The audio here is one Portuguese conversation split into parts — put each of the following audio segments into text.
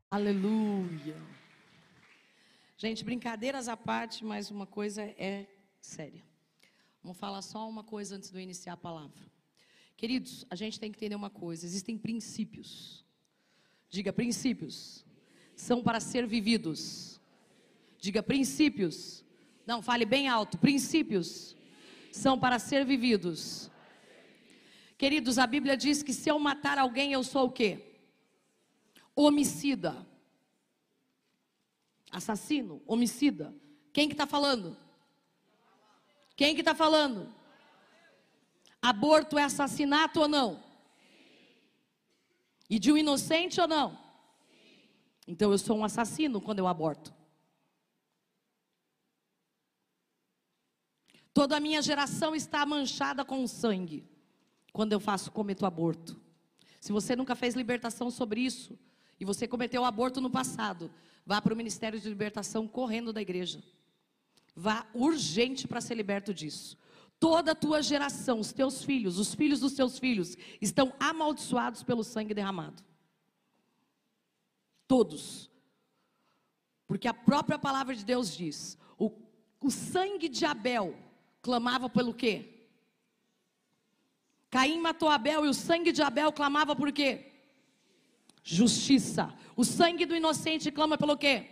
Aleluia. Gente, brincadeiras à parte, mas uma coisa é séria. Vamos falar só uma coisa antes de eu iniciar a palavra. Queridos, a gente tem que entender uma coisa: existem princípios. Diga, princípios são para ser vividos. Diga, princípios. Não, fale bem alto. Princípios são para ser vividos. Queridos, a Bíblia diz que se eu matar alguém, eu sou o quê? Homicida. Assassino, homicida. Quem que está falando? Quem que está falando? Aborto é assassinato ou não? E de um inocente ou não? Então eu sou um assassino quando eu aborto. Toda a minha geração está manchada com sangue quando eu cometo aborto. Se você nunca fez libertação sobre isso e você cometeu aborto no passado, vá para o Ministério de Libertação correndo da igreja. Vá urgente para ser liberto disso. Toda a tua geração, os teus filhos, os filhos dos teus filhos, estão amaldiçoados pelo sangue derramado. Todos. Porque a própria palavra de Deus diz: o sangue de Abel clamava pelo quê? Caim matou Abel e o sangue de Abel clamava por quê? Justiça. O sangue do inocente clama pelo quê?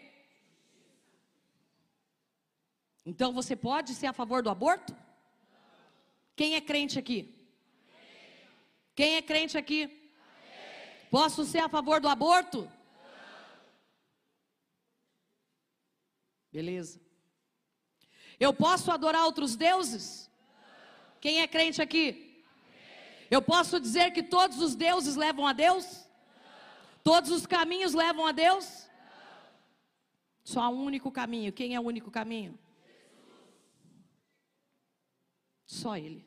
Então você pode ser a favor do aborto? Quem é crente aqui? Quem é crente aqui? Posso ser a favor do aborto? Beleza. Eu posso adorar outros deuses? Quem é crente aqui? Eu posso dizer que todos os deuses levam a Deus? Todos os caminhos levam a Deus? Só há um único caminho. Quem é o único caminho? Só Ele.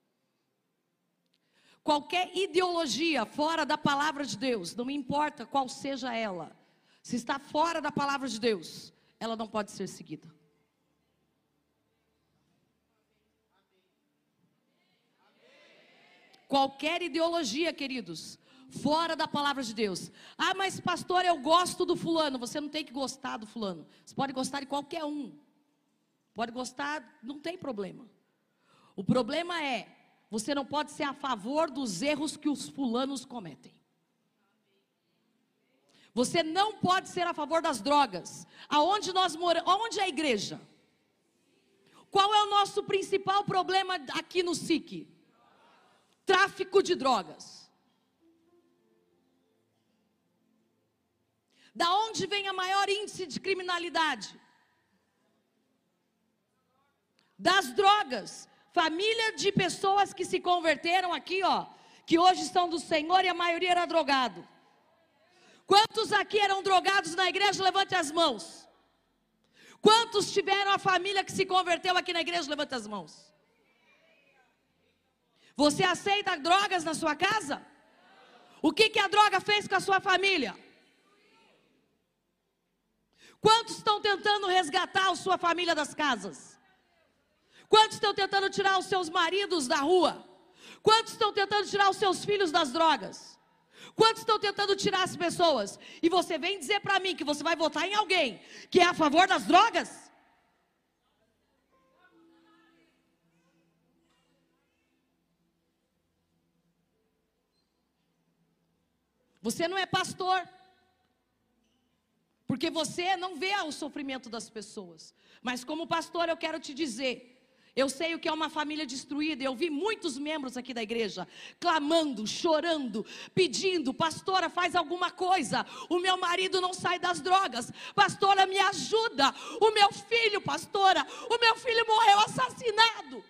Qualquer ideologia fora da palavra de Deus, não importa qual seja ela, se está fora da palavra de Deus, ela não pode ser seguida. Qualquer ideologia, queridos, fora da palavra de Deus. Ah, mas pastor, eu gosto do fulano. Você não tem que gostar do fulano. Você pode gostar de qualquer um. Pode gostar, não tem problema. O problema é, você não pode ser a favor dos erros que os fulanos cometem. Você não pode ser a favor das drogas. Aonde nós moramos, aonde é a igreja? Qual é o nosso principal problema aqui no SIC? Tráfico de drogas. Da onde vem a maior índice de criminalidade? Das drogas. Família de pessoas que se converteram aqui, ó, que hoje estão do Senhor e a maioria era drogado. Quantos aqui eram drogados na igreja? Levante as mãos. Quantos tiveram a família que se converteu aqui na igreja? Levante as mãos. Você aceita drogas na sua casa? O que a droga fez com a sua família? Quantos estão tentando resgatar a sua família das casas? Quantos estão tentando tirar os seus maridos da rua? Quantos estão tentando tirar os seus filhos das drogas? Quantos estão tentando tirar as pessoas? E você vem dizer para mim que você vai votar em alguém que é a favor das drogas? Você não é pastor, porque você não vê o sofrimento das pessoas. Mas como pastor eu quero te dizer, eu sei o que é uma família destruída. Eu vi muitos membros aqui da igreja clamando, chorando, pedindo: pastora, faz alguma coisa, o meu marido não sai das drogas, pastora, me ajuda, o meu filho, pastora, o meu filho morreu assassinado.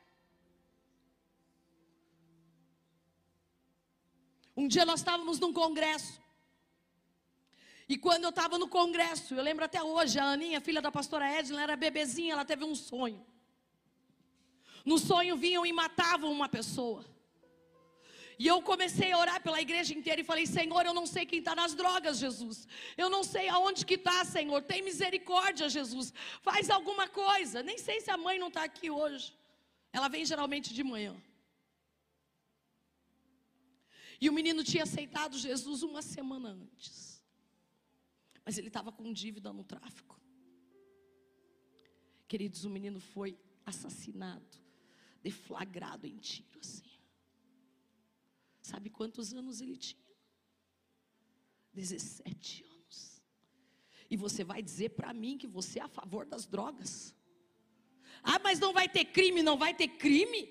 Um dia nós estávamos num congresso, e quando eu estava no congresso, eu lembro até hoje, a Aninha, filha da pastora Edna, era bebezinha, ela teve um sonho. No sonho vinham e matavam uma pessoa. E eu comecei a orar pela igreja inteira e falei: Senhor, eu não sei quem está nas drogas, Jesus. Eu não sei aonde que está, Senhor. Tem misericórdia, Jesus. Faz alguma coisa. Nem sei se a mãe não está aqui hoje. Ela vem geralmente de manhã. E o menino tinha aceitado Jesus uma semana antes. Mas ele estava com dívida no tráfico. Queridos, o menino foi assassinado, deflagrado em tiro assim. Sabe quantos anos ele tinha? 17 anos. E você vai dizer para mim que você é a favor das drogas? Ah, mas não vai ter crime, não vai ter crime?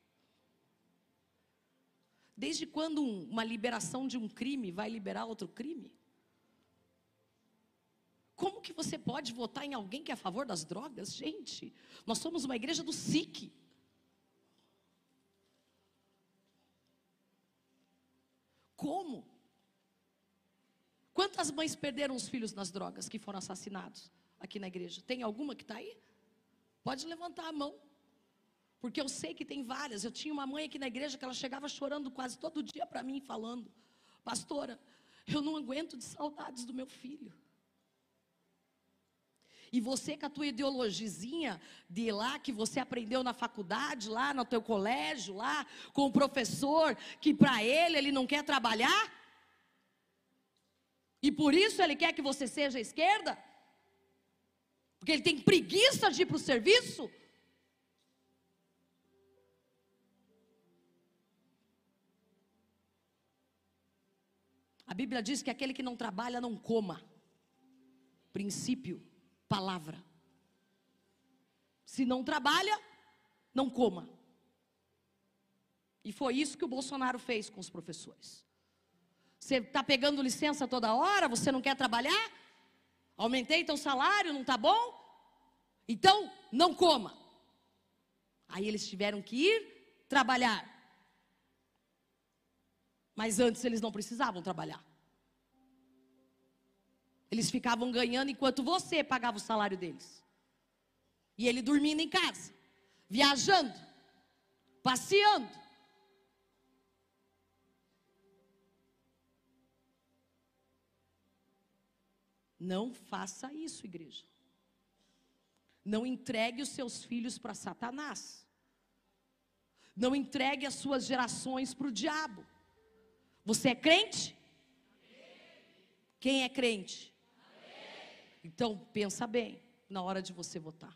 Desde quando uma liberação de um crime vai liberar outro crime? Como que você pode votar em alguém que é a favor das drogas? Gente, nós somos uma igreja do SIC. Como? Quantas mães perderam os filhos nas drogas que foram assassinados aqui na igreja? Tem alguma que está aí? Pode levantar a mão. Porque eu sei que tem várias. Eu tinha uma mãe aqui na igreja que ela chegava chorando quase todo dia para mim, falando: pastora, eu não aguento de saudades do meu filho. E você com a tua ideologizinha de lá que você aprendeu na faculdade, lá no teu colégio, lá com o professor, que para ele não quer trabalhar? E por isso ele quer que você seja à esquerda? Porque ele tem preguiça de ir para o serviço? A Bíblia diz que aquele que não trabalha não coma. Princípio, palavra. Se não trabalha, não coma. E foi isso que o Bolsonaro fez com os professores. Você está pegando licença toda hora, você não quer trabalhar? Aumentei teu salário, não está bom? Então, não coma. Aí eles tiveram que ir trabalhar. Mas antes eles não precisavam trabalhar. Eles ficavam ganhando enquanto você pagava o salário deles. E ele dormindo em casa, viajando, passeando. Não faça isso, igreja. Não entregue os seus filhos para Satanás. Não entregue as suas gerações para o diabo. Você é crente? Quem é crente? Então, pensa bem na hora de você votar.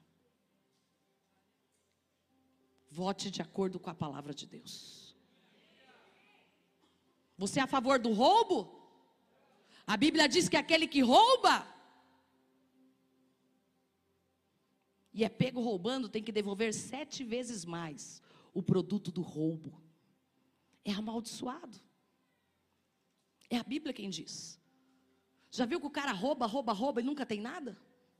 Vote de acordo com a palavra de Deus. Você é a favor do roubo? A Bíblia diz que aquele que rouba e é pego roubando tem que devolver 7 vezes mais o produto do roubo. É amaldiçoado. É a Bíblia quem diz. Já viu que o cara rouba e nunca tem nada?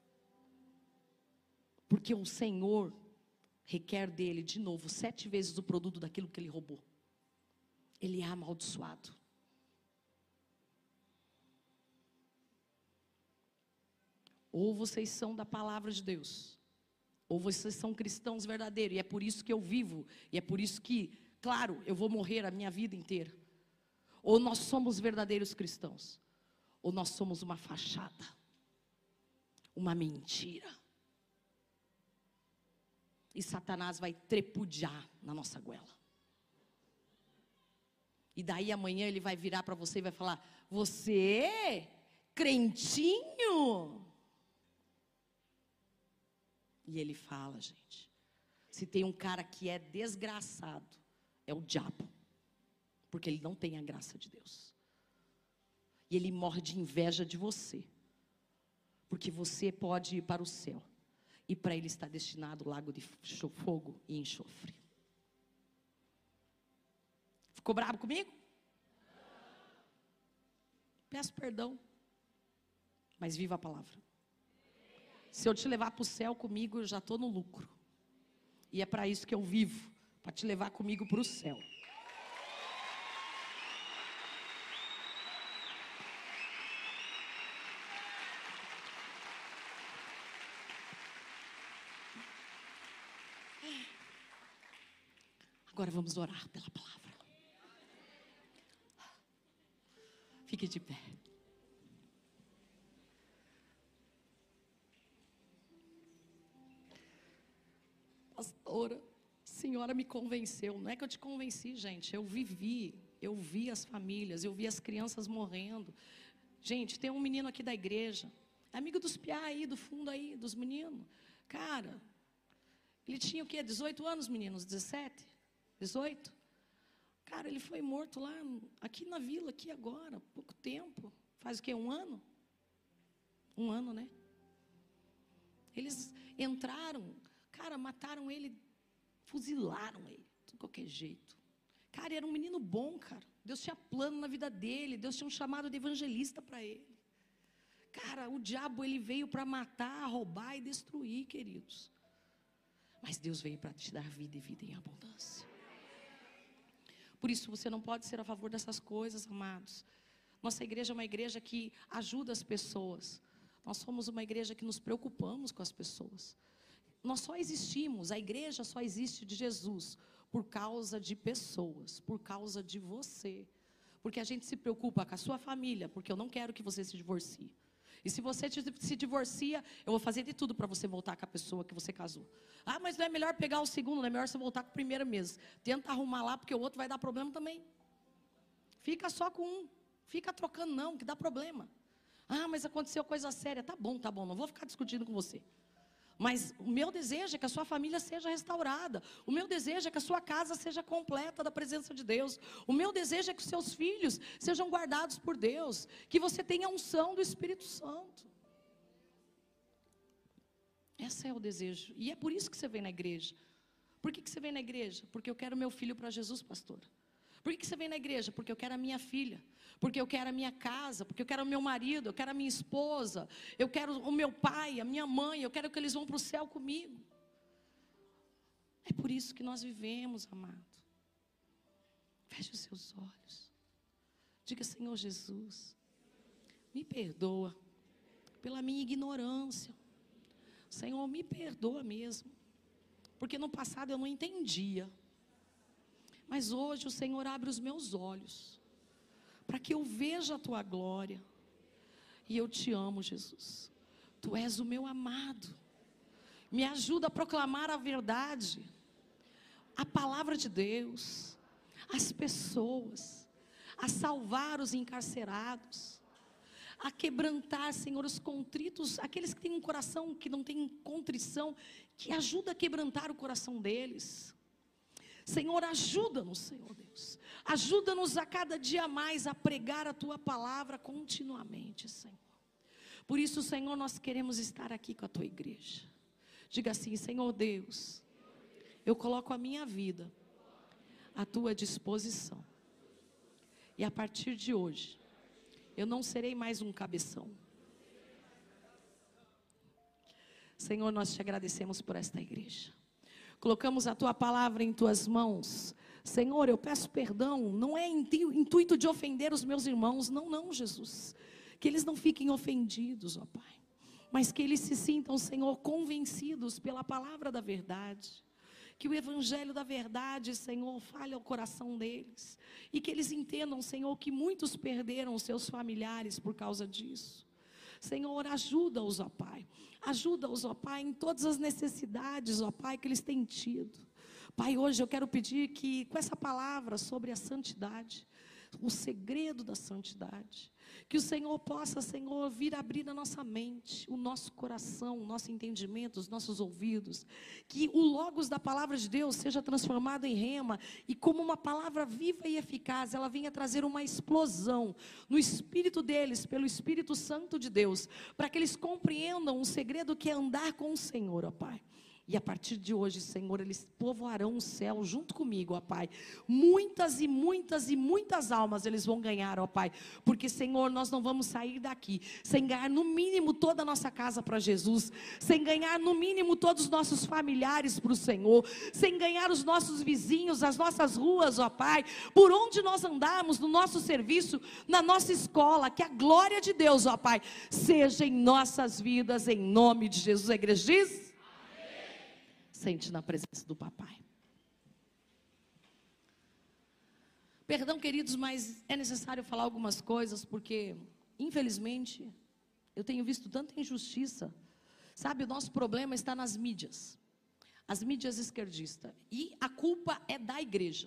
Porque o Senhor requer dele, de novo, 7 vezes o produto daquilo que ele roubou. Ele é amaldiçoado. Ou vocês são da palavra de Deus, ou vocês são cristãos verdadeiros, e é por isso que eu vivo, e é por isso que, claro, eu vou morrer a minha vida inteira. Ou nós somos verdadeiros cristãos, ou nós somos uma fachada, uma mentira. E Satanás vai trepudiar na nossa goela. E daí amanhã ele vai virar para você e vai falar: você, crentinho? E ele fala, gente, se tem um cara que é desgraçado, é o diabo. Porque ele não tem a graça de Deus. E ele morre de inveja de você. Porque você pode ir para o céu. E para ele está destinado o lago de fogo e enxofre. Ficou bravo comigo? Peço perdão. Mas viva a palavra. Se eu te levar para o céu comigo, eu já estou no lucro. E é para isso que eu vivo. Para te levar comigo para o céu. Agora vamos orar pela palavra. Fique de pé. Pastora, a senhora me convenceu. Não é que eu te convenci, gente. Eu vi as famílias, eu vi as crianças morrendo. Gente, tem um menino aqui da igreja, amigo dos piá aí, do fundo aí, dos meninos. Cara, ele tinha o quê? 18 anos, meninos? 17? 18? Cara, ele foi morto lá, aqui na vila, aqui agora, pouco tempo. Faz o quê? Um ano? Um ano, né? Eles entraram, cara, mataram ele, fuzilaram ele, de qualquer jeito. Cara, era um menino bom, cara. Deus tinha plano na vida dele, Deus tinha um chamado de evangelista para ele. Cara, o diabo, ele veio para matar, roubar e destruir, queridos. Mas Deus veio para te dar vida e vida em abundância. Por isso você não pode ser a favor dessas coisas, amados. Nossa igreja é uma igreja que ajuda as pessoas. Nós somos uma igreja que nos preocupamos com as pessoas. Nós só existimos, a igreja só existe de Jesus por causa de pessoas, por causa de você. Porque a gente se preocupa com a sua família, porque eu não quero que você se divorcie. E se você se divorcia, eu vou fazer de tudo para você voltar com a pessoa que você casou. Ah, mas não é melhor pegar o segundo, não é melhor você voltar com o primeiro mesmo. Tenta arrumar lá, porque o outro vai dar problema também. Fica só com um. Fica trocando não, que dá problema. Ah, mas aconteceu coisa séria. Tá bom, não vou ficar discutindo com você. Mas o meu desejo é que a sua família seja restaurada. O meu desejo é que a sua casa seja completa da presença de Deus. O meu desejo é que os seus filhos sejam guardados por Deus. Que você tenha a unção do Espírito Santo. Esse é o desejo. E é por isso que você vem na igreja. Por que você vem na igreja? Porque eu quero meu filho para Jesus, pastor. Por que você vem na igreja? Porque eu quero a minha filha, porque eu quero a minha casa, porque eu quero o meu marido, eu quero a minha esposa, eu quero o meu pai, a minha mãe, eu quero que eles vão para o céu comigo. É por isso que nós vivemos, amado. Feche os seus olhos. Diga, Senhor Jesus, me perdoa pela minha ignorância. Senhor, me perdoa mesmo, porque no passado eu não entendia. Mas hoje o Senhor abre os meus olhos, para que eu veja a Tua glória. E eu te amo, Jesus. Tu és o meu amado. Me ajuda a proclamar a verdade, a palavra de Deus, as pessoas, a salvar os encarcerados, a quebrantar, Senhor, os contritos, aqueles que têm um coração que não tem contrição, que ajuda a quebrantar o coração deles. Senhor, ajuda-nos, Senhor Deus. Ajuda-nos a cada dia mais a pregar a Tua palavra continuamente, Senhor. Por isso, Senhor, nós queremos estar aqui com a Tua igreja. Diga assim, Senhor Deus, eu coloco a minha vida à Tua disposição. E a partir de hoje, eu não serei mais um cabeção. Senhor, nós te agradecemos por esta igreja. Colocamos a Tua palavra em Tuas mãos. Senhor, eu peço perdão, não é intuito de ofender os meus irmãos, não, Jesus. Que eles não fiquem ofendidos, ó Pai. Mas que eles se sintam, Senhor, convencidos pela palavra da verdade. Que o evangelho da verdade, Senhor, fale ao coração deles. E que eles entendam, Senhor, que muitos perderam os seus familiares por causa disso. Senhor, ajuda-os, ó Pai. Ajuda-os, ó Pai, em todas as necessidades, ó Pai, que eles têm tido. Pai, hoje eu quero pedir que, com essa palavra sobre a santidade, o segredo da santidade, que o Senhor possa, Senhor, vir abrir a nossa mente, o nosso coração, o nosso entendimento, os nossos ouvidos, que o logos da palavra de Deus seja transformado em rema, e como uma palavra viva e eficaz, ela venha trazer uma explosão no espírito deles, pelo Espírito Santo de Deus, para que eles compreendam o segredo que é andar com o Senhor, ó Pai. E a partir de hoje, Senhor, eles povoarão o céu junto comigo, ó Pai. Muitas e muitas e muitas almas eles vão ganhar, ó Pai. Porque, Senhor, nós não vamos sair daqui sem ganhar no mínimo toda a nossa casa para Jesus. Sem ganhar no mínimo todos os nossos familiares para o Senhor. Sem ganhar os nossos vizinhos, as nossas ruas, ó Pai. Por onde nós andarmos, no nosso serviço, na nossa escola. Que a glória de Deus, ó Pai, seja em nossas vidas, em nome de Jesus. A igreja diz? Sente na presença do papai. Perdão, queridos, mas é necessário falar algumas coisas, porque, infelizmente, eu tenho visto tanta injustiça. Sabe, o nosso problema está nas mídias. As mídias esquerdistas. E a culpa é da igreja.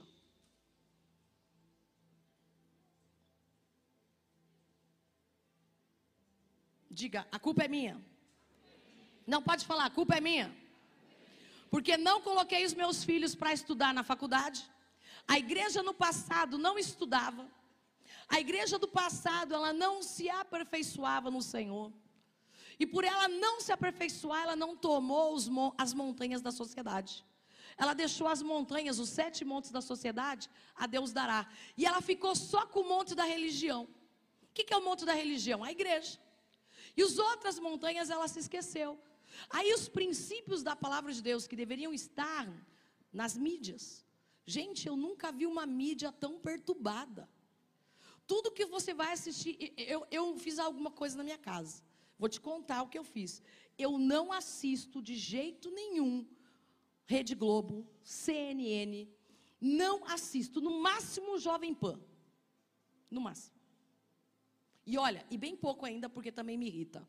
Diga, a culpa é minha. Não, pode falar, a culpa é minha. Porque não coloquei os meus filhos para estudar na faculdade. A igreja no passado não estudava. A igreja do passado, ela não se aperfeiçoava no Senhor. E por ela não se aperfeiçoar, ela não tomou as montanhas da sociedade. Ela deixou as montanhas, os 7 montes da sociedade, a Deus dará. E ela ficou só com o monte da religião. O que é o monte da religião? A igreja. E as outras montanhas ela se esqueceu. Aí os princípios da palavra de Deus que deveriam estar nas mídias. Gente, eu nunca vi uma mídia tão perturbada. Tudo que você vai assistir, eu fiz alguma coisa na minha casa. Vou te contar o que eu fiz. Eu não assisto de jeito nenhum Rede Globo, CNN, não assisto, no máximo Jovem Pan. No máximo. E olha, e bem pouco ainda, porque também me irrita.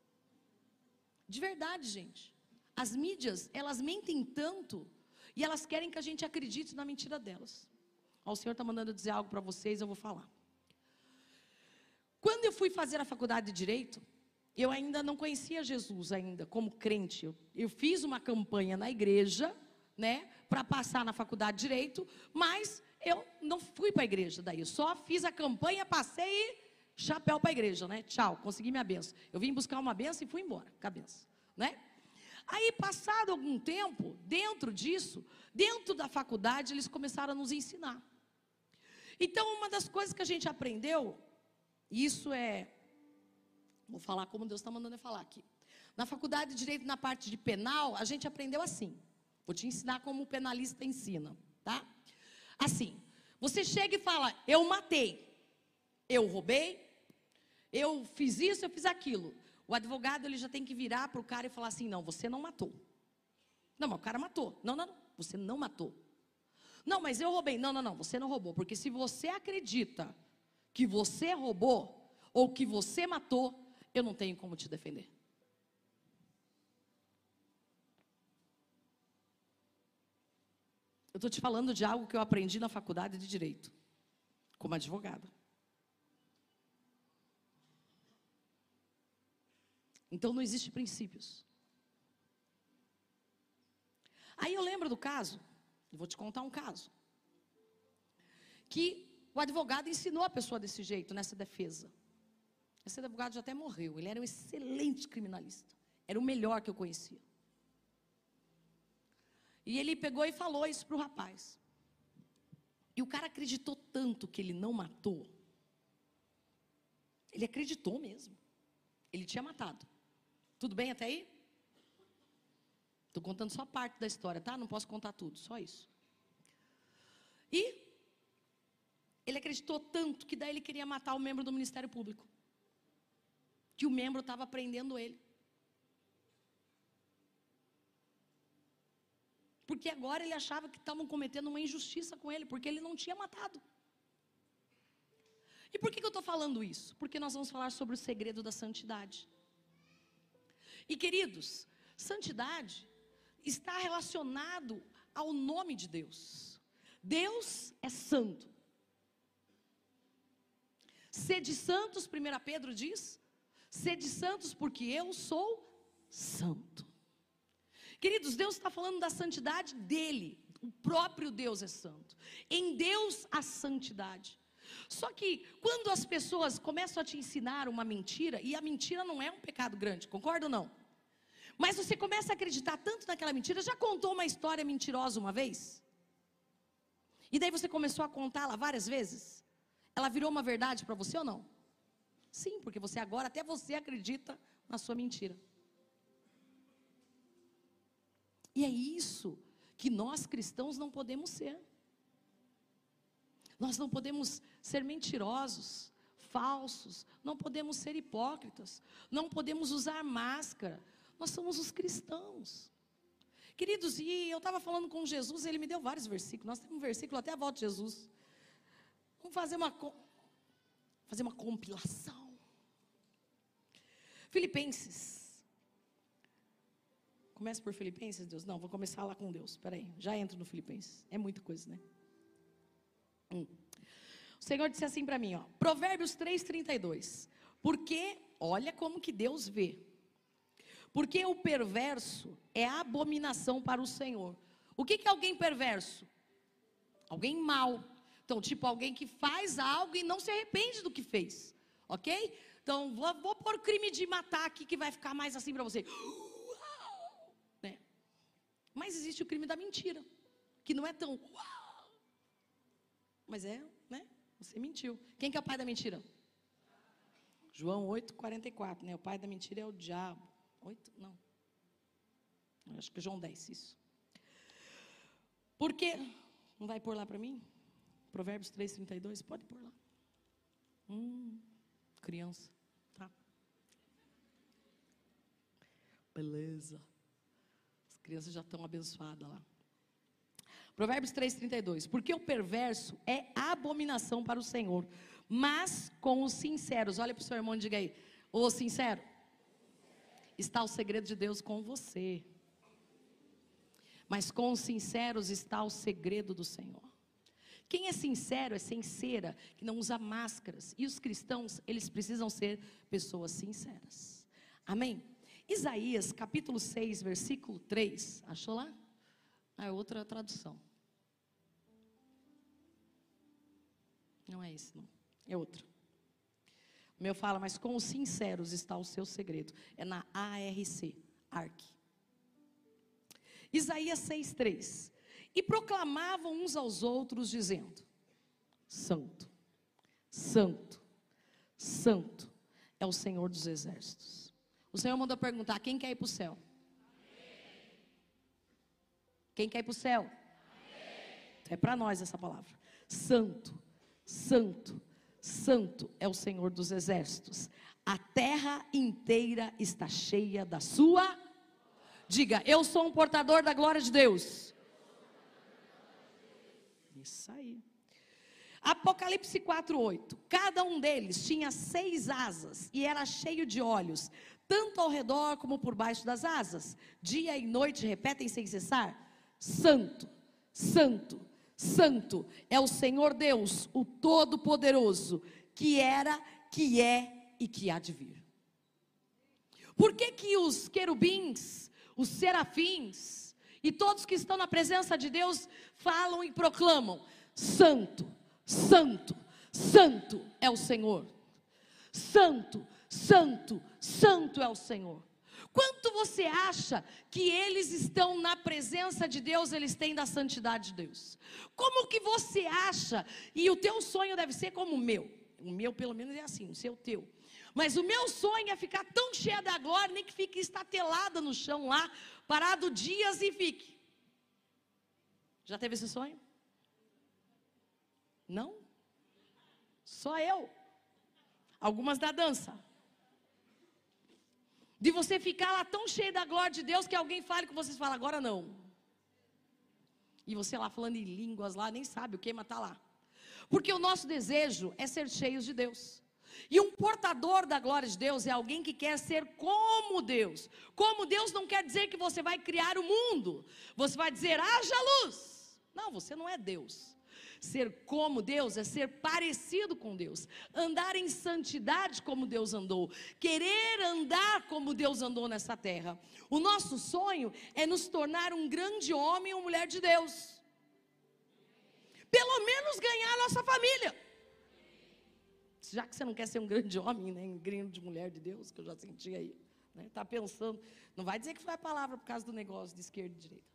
De verdade, gente. As mídias, elas mentem tanto, e elas querem que a gente acredite na mentira delas. Ó, o Senhor está mandando dizer algo para vocês, eu vou falar. Quando eu fui fazer a faculdade de Direito, eu ainda não conhecia Jesus ainda, como crente. Eu fiz uma campanha na igreja, né, para passar na faculdade de Direito, mas eu não fui para a igreja daí. Eu só fiz a campanha, passei e chapéu para a igreja, né? Tchau, consegui minha benção. Eu vim buscar uma benção e fui embora com a benção, né? Aí, passado algum tempo, dentro disso, dentro da faculdade, eles começaram a nos ensinar. Então, uma das coisas que a gente aprendeu, isso vou falar como Deus está mandando eu falar aqui. Na faculdade de Direito, na parte de penal, a gente aprendeu assim. Vou te ensinar como o penalista ensina, tá? Assim, você chega e fala, eu matei, eu roubei, eu fiz isso, eu fiz aquilo. O advogado, ele já tem que virar para o cara e falar assim, não, você não matou. Não, mas o cara matou. Não, você não matou. Não, mas eu roubei. Não, você não roubou. Porque se você acredita que você roubou, ou que você matou, eu não tenho como te defender. Eu estou te falando de algo que eu aprendi na faculdade de Direito, como advogada. Então não existe princípios. Aí eu lembro do caso, eu vou te contar um caso, que o advogado ensinou a pessoa desse jeito, nessa defesa. Esse advogado já até morreu, ele era um excelente criminalista, era o melhor que eu conhecia. E ele pegou e falou isso para o rapaz. E o cara acreditou tanto que ele não matou. Ele acreditou mesmo. Ele tinha matado. Tudo bem até aí? Estou contando só parte da história, tá? Não posso contar tudo, só isso. E ele acreditou tanto que daí ele queria matar o membro do Ministério Público. Que o membro estava prendendo ele. Porque agora ele achava que estavam cometendo uma injustiça com ele, porque ele não tinha matado. E por que eu estou falando isso? Porque nós vamos falar sobre o segredo da santidade. E queridos, santidade está relacionado ao nome de Deus. Deus é santo. Sede santos, 1 Pedro diz, sede santos porque eu sou santo. Queridos, Deus está falando da santidade dele. O próprio Deus é santo. Em Deus há santidade. Só que quando as pessoas começam a te ensinar uma mentira, e a mentira não é um pecado grande, concorda ou não? Mas você começa a acreditar tanto naquela mentira. Já contou uma história mentirosa uma vez? E daí você começou a contá-la várias vezes? Ela virou uma verdade para você ou não? Sim, porque você agora, até você acredita na sua mentira. E é isso que nós cristãos não podemos ser. Nós não podemos ser mentirosos, falsos, não podemos ser hipócritas, não podemos usar máscara. Nós somos os cristãos. Queridos, e eu estava falando com Jesus, ele me deu vários versículos. Nós temos um versículo até a volta de Jesus. Vamos fazer uma compilação. Filipenses. Começa por Filipenses, Deus? Não, vou começar lá com Deus. Espera aí, já entro no Filipenses. É muita coisa, né? O Senhor disse assim para mim, ó, Provérbios 3:32. Porque, olha como que Deus vê. Porque o perverso é abominação para o Senhor. O que é alguém perverso? Alguém mau. Então, tipo, alguém que faz algo e não se arrepende do que fez. Ok? Então, vou pôr crime de matar aqui, que vai ficar mais assim para você. Né? Mas existe o crime da mentira, que não é tão... Mas é, né? Você mentiu. Quem que é o pai da mentira? João 8,44, né? O pai da mentira é o diabo. 8? Não. Acho que é João 10, isso. Porque, não vai pôr lá para mim? Provérbios 3,32, pode pôr lá. Criança, tá? Beleza. As crianças já estão abençoadas lá. Provérbios 3,32. Porque o perverso é abominação para o Senhor, mas com os sinceros, olha para o seu irmão e diga aí, ô sincero, está o segredo de Deus com você. Mas com os sinceros está o segredo do Senhor. Quem é sincero é sincera, que não usa máscaras. E os cristãos, eles precisam ser pessoas sinceras. Amém? Isaías capítulo 6, versículo 3. Achou lá? É outra tradução. Não é esse, não. É outro. O meu fala, mas com os sinceros está o seu segredo. É na ARC, ARC. Isaías 6,3. E proclamavam uns aos outros, dizendo: Santo, Santo, Santo é o Senhor dos exércitos. O Senhor mandou perguntar: quem quer ir para o céu? Quem quer ir para o céu? É para nós essa palavra. Santo, Santo, Santo é o Senhor dos exércitos. A terra inteira está cheia da sua. Diga, eu sou um portador da glória de Deus. Isso aí. Apocalipse 4:8. Cada um deles tinha 6 asas e era cheio de olhos, tanto ao redor como por baixo das asas. Dia e noite repetem sem cessar: Santo, Santo, Santo é o Senhor Deus, o Todo-Poderoso, que era, que é e que há de vir. Por que que os querubins, os serafins e todos que estão na presença de Deus falam e proclamam: Santo, Santo, Santo é o Senhor. Santo, Santo, Santo é o Senhor. Quanto você acha que eles estão na presença de Deus, eles têm da santidade de Deus? Como que você acha? E o teu sonho deve ser como o meu. O meu pelo menos é assim, não sei o teu. Mas o meu sonho é ficar tão cheia da glória, nem que fique estatelada no chão lá, parado dias e fique. Já teve esse sonho? Não? Só eu. Algumas da dança. De você ficar lá tão cheio da glória de Deus que alguém fale com vocês, fala, agora não. E você lá falando em línguas lá, nem sabe o que, mas está lá. Porque o nosso desejo é ser cheios de Deus. E um portador da glória de Deus é alguém que quer ser como Deus. Como Deus não quer dizer que você vai criar o mundo. Você vai dizer, haja luz. Não, você não é Deus. Ser como Deus é ser parecido com Deus. Andar em santidade como Deus andou. Querer andar como Deus andou nessa terra. O nosso sonho é nos tornar um grande homem ou mulher de Deus. Pelo menos ganhar a nossa família. Já que você não quer ser um grande homem, nem um grande mulher de Deus, que eu já senti aí. Está pensando. Não vai dizer que foi a palavra por causa do negócio de esquerda e direita.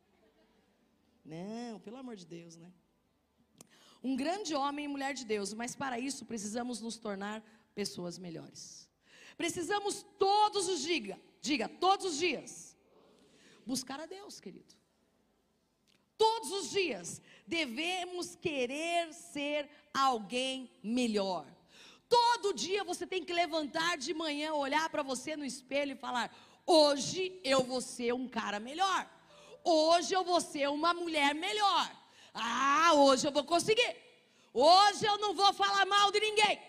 Não, pelo amor de Deus, né? Um grande homem e mulher de Deus, mas para isso precisamos nos tornar pessoas melhores. Precisamos todos os dias, diga, todos os dias, buscar a Deus, querido. Todos os dias devemos querer ser alguém melhor. Todo dia você tem que levantar de manhã, olhar para você no espelho e falar: hoje eu vou ser um cara melhor. Hoje eu vou ser uma mulher melhor. Ah, hoje eu vou conseguir. Hoje eu não vou falar mal de ninguém.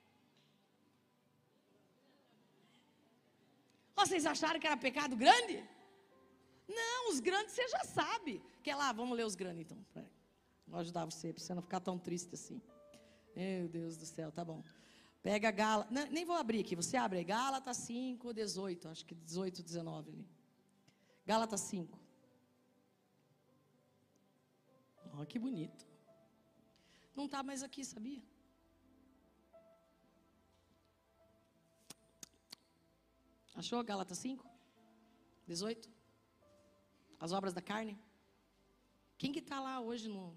Vocês acharam que era pecado grande? Não, os grandes você já sabe. Quer lá, vamos ler os grandes então. Vou ajudar você, para você não ficar tão triste assim. Meu Deus do céu, tá bom. Pega Gálatas, nem vou abrir aqui, você abre aí, Gálatas 5, 18, acho que 18, 19 ali. Gálatas 5. Ó, que bonito. Não está mais aqui, sabia? Achou Gálatas 5? 18? As obras da carne? Quem que está lá hoje no...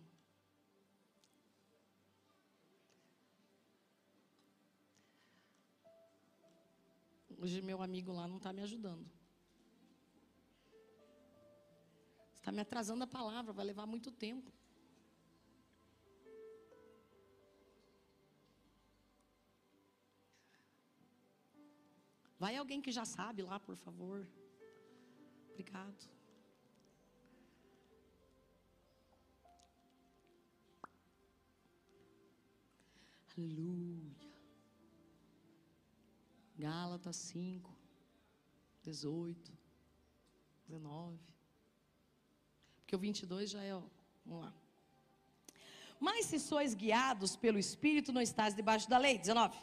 Hoje meu amigo lá não está me ajudando. Está me atrasando a palavra, vai levar muito tempo. Vai alguém que já sabe lá, por favor. Obrigado. Aleluia. Gálatas 5, 18, 19. Porque o 22 já é, ó, vamos lá. Mas se sois guiados pelo Espírito, não estáis debaixo da lei. 19.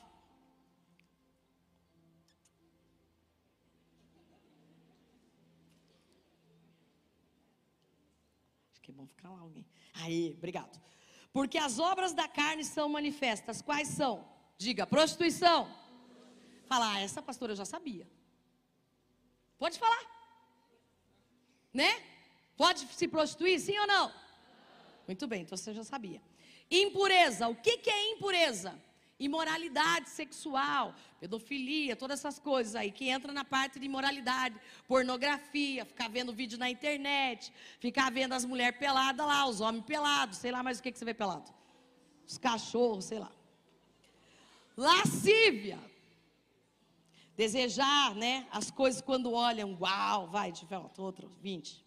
Acho que é bom ficar lá alguém. Aí, obrigado. Porque as obras da carne são manifestas. Quais são? Diga, prostituição. Fala, essa pastora eu já sabia. Pode falar. Né? Pode se prostituir, sim ou não? Muito bem, então você já sabia. Impureza, o que é impureza? Imoralidade sexual, pedofilia, todas essas coisas aí, que entra na parte de imoralidade, pornografia, ficar vendo vídeo na internet, ficar vendo as mulheres peladas lá, os homens pelados, sei lá mais o que você vê pelado. Os cachorros, sei lá. Lascívia. Desejar, né, as coisas quando olham, uau, vai, deixa eu ver, outro, 20.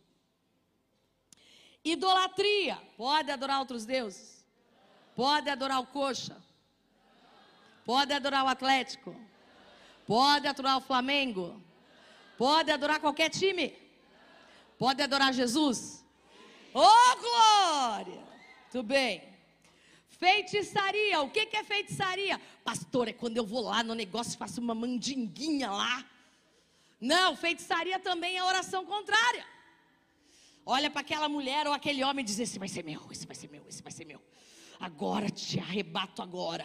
Idolatria, pode adorar outros deuses? Pode adorar o coxa? Pode adorar o Atlético? Pode adorar o Flamengo? Pode adorar qualquer time? Pode adorar Jesus? Oh, glória! Tudo bem. Feitiçaria, o que é feitiçaria? Pastor, é quando eu vou lá no negócio, faço uma mandinguinha lá. Não, feitiçaria também é oração contrária. Olha para aquela mulher ou aquele homem e diz, esse vai ser meu, esse vai ser meu, esse vai ser meu. Agora te arrebato agora.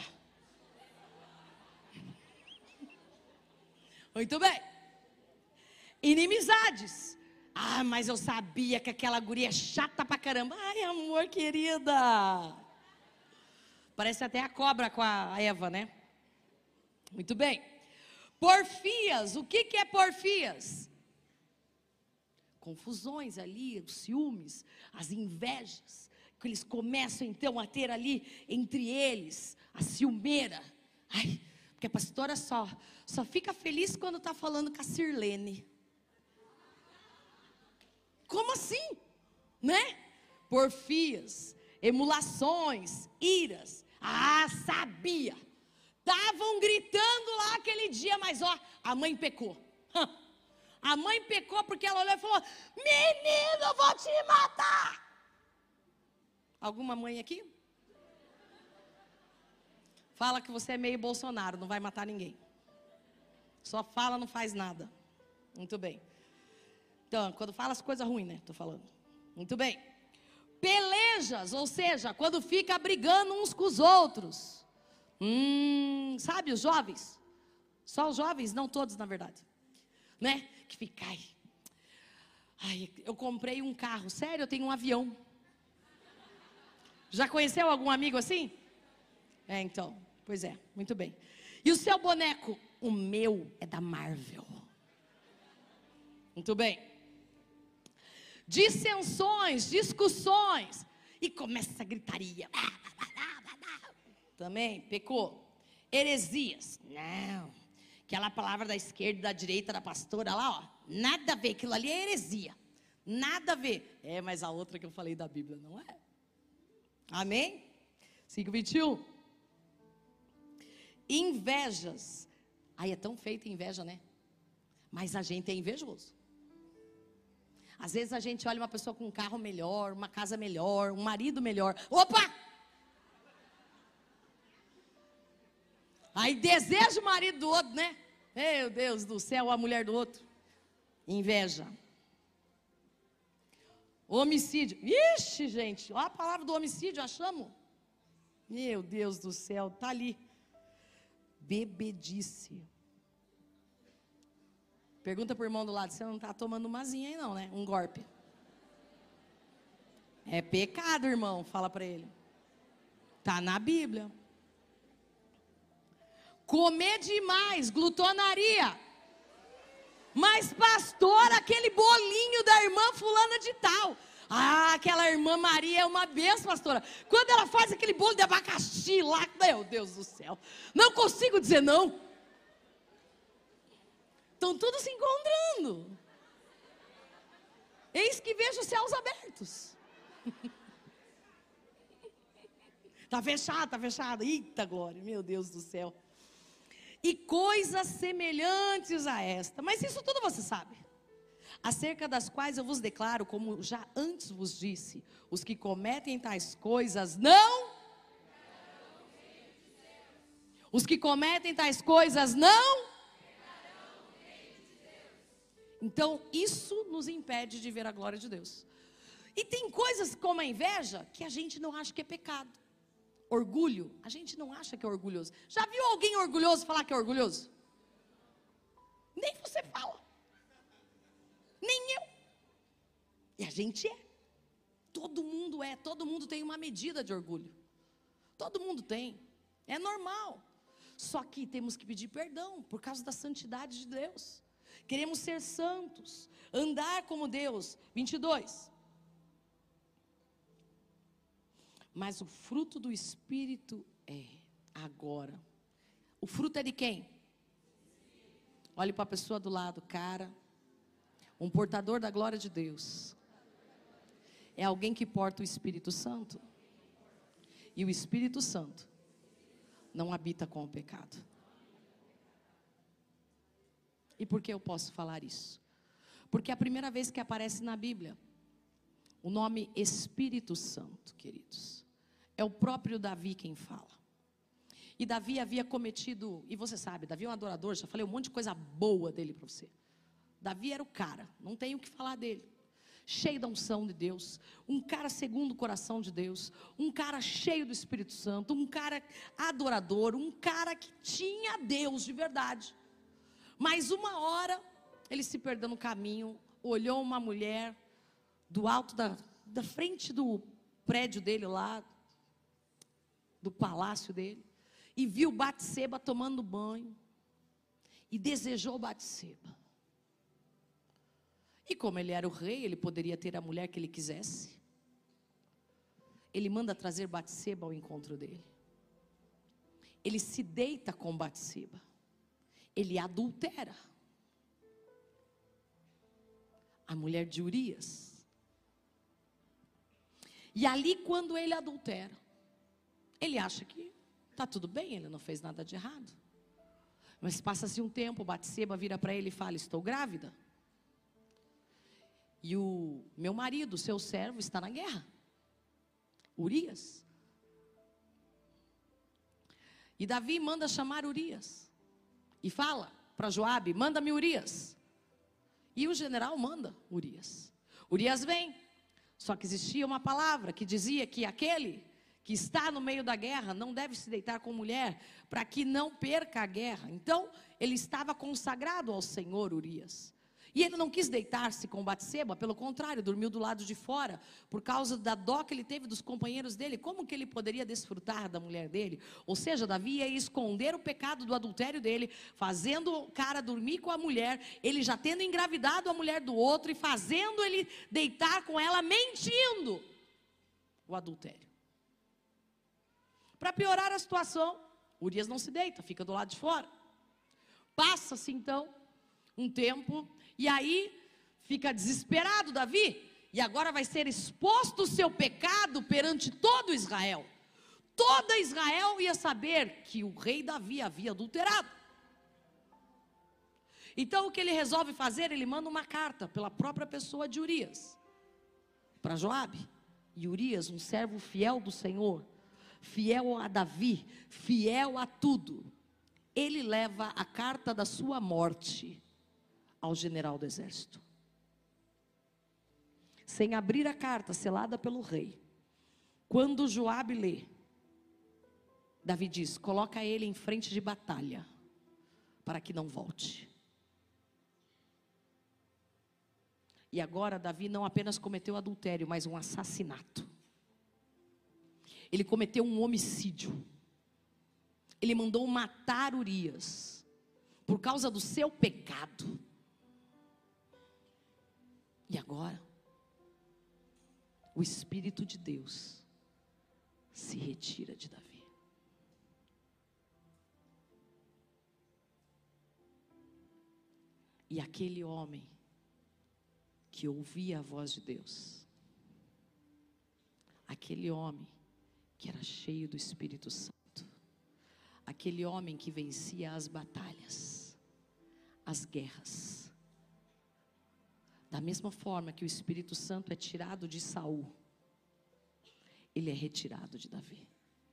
Muito bem. Inimizades. Ah, mas eu sabia que aquela guria é chata pra caramba. Ai, amor, querida. Parece até a cobra com a Eva, né? Muito bem. Porfias, o que é porfias? Confusões ali, os ciúmes, as invejas, que eles começam então a ter ali entre eles, a ciumeira. Ai, porque a pastora só fica feliz quando está falando com a Sirlene. Como assim? Né? Porfias, emulações, iras. Ah, sabia. Estavam gritando lá aquele dia, mas ó, a mãe pecou. A mãe pecou porque ela olhou e falou, menino, eu vou te matar. Alguma mãe aqui? Fala que você é meio Bolsonaro, não vai matar ninguém. Só fala, não faz nada. Muito bem. Então, quando fala as coisas ruins, né? Estou falando. Muito bem. Pelejas, ou seja, quando fica brigando uns com os outros. Sabe os jovens? Só os jovens, não todos na verdade. Né? Que fica, ai, eu comprei um carro, sério, eu tenho um avião. Já conheceu algum amigo assim? Então, pois é, muito bem. E o seu boneco? O meu é da Marvel. Muito bem. Dissensões, discussões. E começa a gritaria. Também pecou. Heresias. Não. Aquela palavra da esquerda e da direita da pastora lá, ó. Nada a ver. Aquilo ali é heresia. Nada a ver. Mas a outra que eu falei da Bíblia não é. Amém? 5:21. Invejas. Ai, é tão feita inveja, né? Mas a gente é invejoso. Às vezes a gente olha uma pessoa com um carro melhor, uma casa melhor, um marido melhor. Opa! Aí deseja o marido do outro, né? Meu Deus do céu, a mulher do outro. Inveja. Homicídio. Ixi, gente, olha a palavra do homicídio, achamos? Meu Deus do céu, tá ali. Bebedice. Pergunta pro irmão do lado, você não tá tomando umazinha aí não, né? Um golpe. É pecado, irmão, fala para ele. Tá na Bíblia. Comer demais, glutonaria. Mas pastor, aquele bolinho da irmã fulana de tal. Ah, aquela irmã Maria é uma benção, pastora. Quando ela faz aquele bolo de abacaxi lá, meu Deus do céu. Não consigo dizer não. Estão todos se encontrando. Eis que vejo os céus abertos. Está fechado, está fechado. Eita glória, meu Deus do céu. E coisas semelhantes a esta. Mas isso tudo você sabe. Acerca das quais eu vos declaro, como já antes vos disse, os que cometem tais coisas não. Os que cometem tais coisas não. Então isso nos impede de ver a glória de Deus. E tem coisas como a inveja que a gente não acha que é pecado. Orgulho, a gente não acha que é orgulhoso. Já viu alguém orgulhoso falar que é orgulhoso? Nem você fala. Nem eu. E a gente é. Todo mundo é. Todo mundo tem uma medida de orgulho. Todo mundo tem. É normal. Só que temos que pedir perdão por causa da santidade de Deus. Queremos ser santos. Andar como Deus. 22. Mas o fruto do Espírito é agora. O fruto é de quem? Olhe para a pessoa do lado, cara. Um portador da glória de Deus. É alguém que porta o Espírito Santo. E o Espírito Santo não habita com o pecado. E por que eu posso falar isso? Porque é a primeira vez que aparece na Bíblia o nome Espírito Santo, queridos. É o próprio Davi quem fala. E Davi havia cometido, e você sabe, Davi é um adorador, já falei um monte de coisa boa dele para você. Davi era o cara, não tenho o que falar dele. Cheio da unção de Deus, um cara segundo o coração de Deus, um cara cheio do Espírito Santo, um cara adorador, um cara que tinha Deus de verdade. Mas uma hora, ele se perdeu no caminho, olhou uma mulher do alto da frente do prédio dele lá, do palácio dele, e viu Batseba tomando banho, e desejou Batseba. E como ele era o rei, ele poderia ter a mulher que ele quisesse. Ele manda trazer Batseba ao encontro dele. Ele se deita com Batseba. Ele adultera. A mulher de Urias. E ali quando ele adultera, ele acha que está tudo bem, ele não fez nada de errado. Mas passa-se um tempo, Batseba vira para ele e fala: estou grávida. E o meu marido, seu servo, está na guerra. Urias. E Davi manda chamar Urias. E fala para Joabe: manda-me Urias. E o general manda Urias. Urias vem. Só que existia uma palavra que dizia que aquele que está no meio da guerra não deve se deitar com mulher, para que não perca a guerra. Então, ele estava consagrado ao Senhor, Urias. E ele não quis deitar-se com Batseba, pelo contrário, dormiu do lado de fora, por causa da dó que ele teve dos companheiros dele. Como que ele poderia desfrutar da mulher dele? Ou seja, Davi ia esconder o pecado do adultério dele, fazendo o cara dormir com a mulher, ele já tendo engravidado a mulher do outro, e fazendo ele deitar com ela, mentindo o adultério. Para piorar a situação, Urias não se deita, fica do lado de fora. Passa-se então um tempo, e aí fica desesperado Davi, e agora vai ser exposto o seu pecado perante todo Israel. Toda Israel ia saber que o rei Davi havia adulterado. Então o que ele resolve fazer? Ele manda uma carta pela própria pessoa de Urias para Joabe. E Urias, um servo fiel do Senhor, fiel a Davi, fiel a tudo, ele leva a carta da sua morte ao general do exército. Sem abrir a carta, selada pelo rei. Quando Joabe lê, Davi diz: coloca ele em frente de batalha, para que não volte. E agora Davi não apenas cometeu adultério, mas um assassinato. Ele cometeu um homicídio. Ele mandou matar Urias, por causa do seu pecado. E agora, o Espírito de Deus se retira de Davi. E aquele homem que ouvia a voz de Deus, aquele homem que era cheio do Espírito Santo, aquele homem que vencia as batalhas, as guerras, da mesma forma que o Espírito Santo é tirado de Saul, ele é retirado de Davi.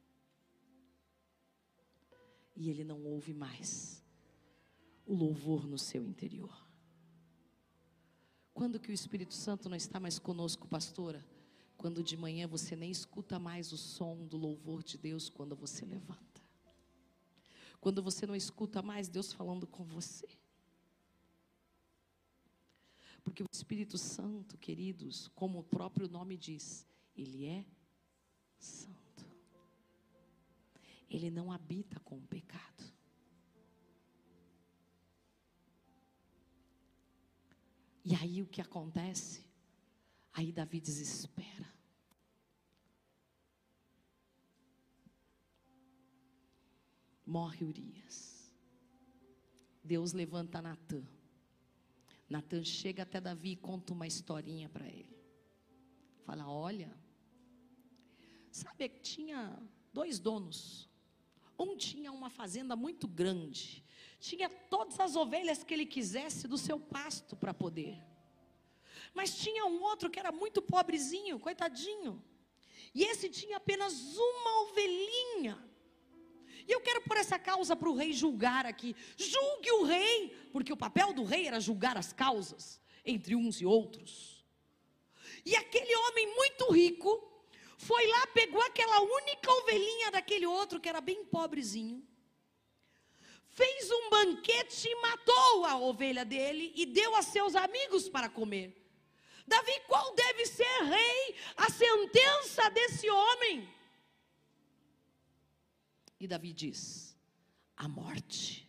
E ele não ouve mais o louvor no seu interior. Quando que o Espírito Santo não está mais conosco, pastora? Quando de manhã você nem escuta mais o som do louvor de Deus quando você levanta. Quando você não escuta mais Deus falando com você. Porque o Espírito Santo, queridos, como o próprio nome diz, ele é santo. Ele não habita com o pecado. E aí o que acontece? Aí Davi desespera. Morre Urias. Deus levanta Natã. Natã chega até Davi e conta uma historinha para ele. Fala: olha, sabe que tinha 2 donos. Um tinha uma fazenda muito grande. Tinha todas as ovelhas que ele quisesse do seu pasto para poder. Mas tinha um outro que era muito pobrezinho, coitadinho. E esse tinha apenas uma ovelhinha. E eu quero pôr essa causa para o rei julgar aqui. Julgue o rei, porque o papel do rei era julgar as causas entre uns e outros. E aquele homem muito rico foi lá, pegou aquela única ovelhinha daquele outro que era bem pobrezinho, fez um banquete e matou a ovelha dele e deu a seus amigos para comer. Davi, qual deve ser, rei, a sentença desse homem? E Davi diz: a morte.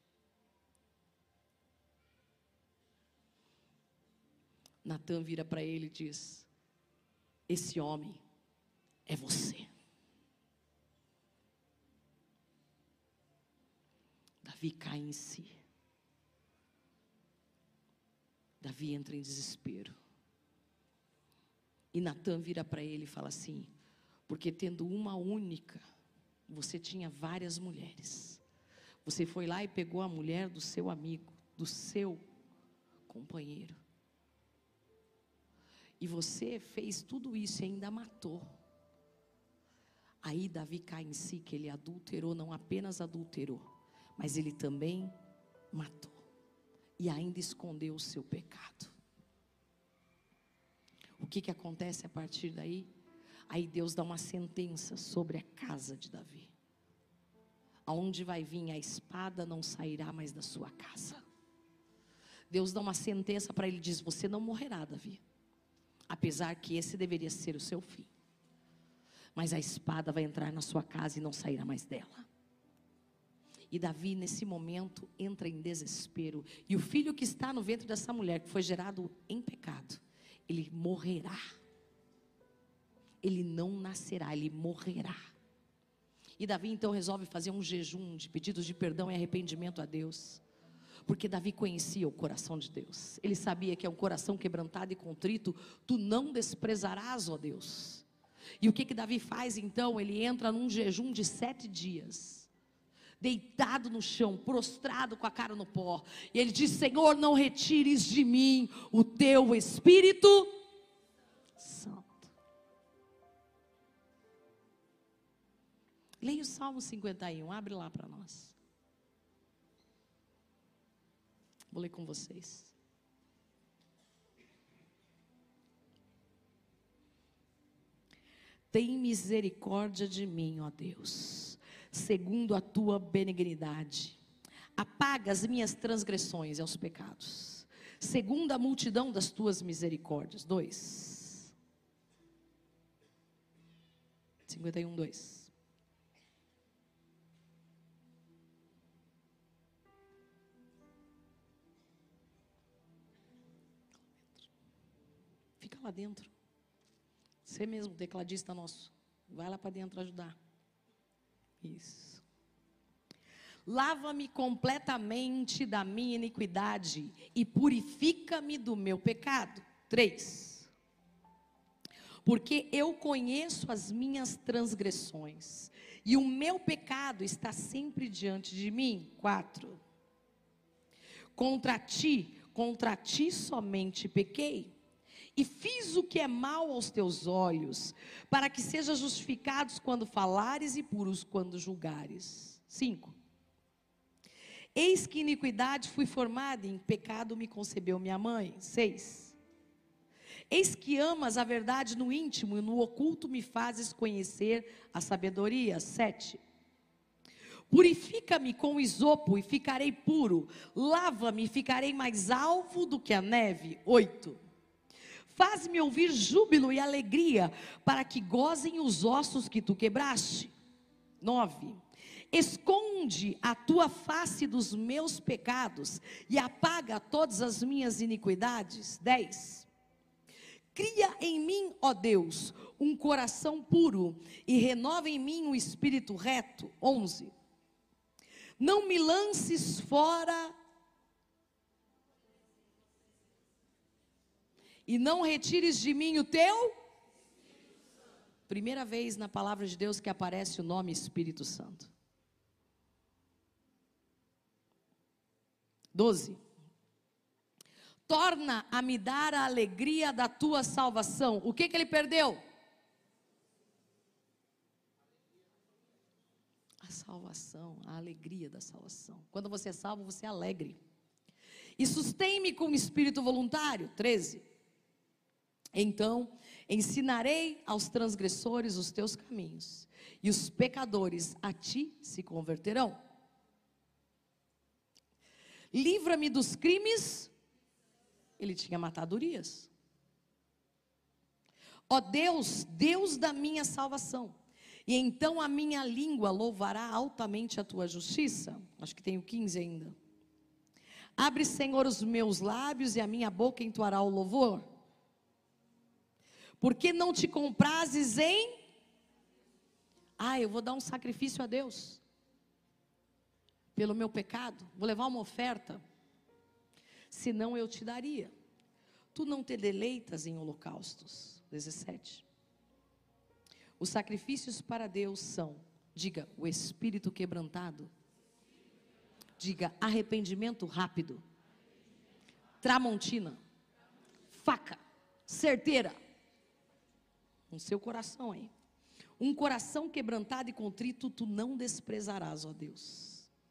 Natã vira para ele e diz: esse homem é você. Davi cai em si. Davi entra em desespero. E Natã vira para ele e fala assim: porque tendo uma única, você tinha várias mulheres. Você foi lá e pegou a mulher do seu amigo, do seu companheiro. E você fez tudo isso e ainda matou. Aí Davi cai em si que ele adulterou, não apenas adulterou, mas ele também matou. E ainda escondeu o seu pecado. O que acontece a partir daí? Aí Deus dá uma sentença sobre a casa de Davi. Aonde vai vir a espada não sairá mais da sua casa. Deus dá uma sentença para ele, diz: você não morrerá, Davi. Apesar que esse deveria ser o seu fim. Mas a espada vai entrar na sua casa e não sairá mais dela. E Davi nesse momento entra em desespero. E o filho que está no ventre dessa mulher, que foi gerado em pecado, ele morrerá. Ele não nascerá, ele morrerá. E Davi então resolve fazer um jejum de pedidos de perdão e arrependimento a Deus. Porque Davi conhecia o coração de Deus. Ele sabia que é um coração quebrantado e contrito, tu não desprezarás, ó Deus. E o que Davi faz então? Ele entra num jejum de 7 dias. Deitado no chão, prostrado com a cara no pó. E ele diz: Senhor, não retires de mim o teu Espírito Santo. Leia o Salmo 51, abre lá para nós. Vou ler com vocês. Tem misericórdia de mim, ó Deus, segundo a tua benignidade. Apaga as minhas transgressões e os pecados, segundo a multidão das tuas misericórdias. 2. 51, 2. Fica lá dentro. Você mesmo, tecladista nosso. Vai lá para dentro ajudar. Isso. Lava-me completamente da minha iniquidade e purifica-me do meu pecado. 3. Porque eu conheço as minhas transgressões e o meu pecado está sempre diante de mim. 4. Contra ti somente pequei e fiz o que é mal aos teus olhos, para que sejam justificados quando falares e puros quando julgares. 5. Eis que iniquidade fui formada, e em pecado me concebeu minha mãe. 6. Eis que amas a verdade no íntimo, e no oculto me fazes conhecer a sabedoria. 7. Purifica-me com isopo e ficarei puro, lava-me e ficarei mais alvo do que a neve. 8. Faz-me ouvir júbilo e alegria, para que gozem os ossos que tu quebraste. 9. Esconde a tua face dos meus pecados e apaga todas as minhas iniquidades. 10. Cria em mim, ó Deus, um coração puro e renova em mim um espírito reto. 11. Não me lances fora e não retires de mim o teu. Primeira vez na palavra de Deus que aparece o nome Espírito Santo. 12. Torna a me dar a alegria da tua salvação. O que ele perdeu? A salvação, a alegria da salvação. Quando você é salvo, você é alegre. E sustém-me com espírito voluntário. 13. Então ensinarei aos transgressores os teus caminhos, e os pecadores a ti se converterão. Livra-me dos crimes. Ele tinha matado Urias. Ó Deus, Deus da minha salvação, e então a minha língua louvará altamente a tua justiça. Acho que tem o 15 ainda. Abre, Senhor, os meus lábios, e a minha boca entoará o louvor. Porque não te comprases em... eu vou dar um sacrifício a Deus pelo meu pecado, vou levar uma oferta, senão eu te daria. Tu não te deleitas em holocaustos. 17. Os sacrifícios para Deus são, diga, o espírito quebrantado, diga, arrependimento rápido, tramontina, faca, certeira, no seu coração aí. Um coração quebrantado e contrito tu não desprezarás, ó Deus.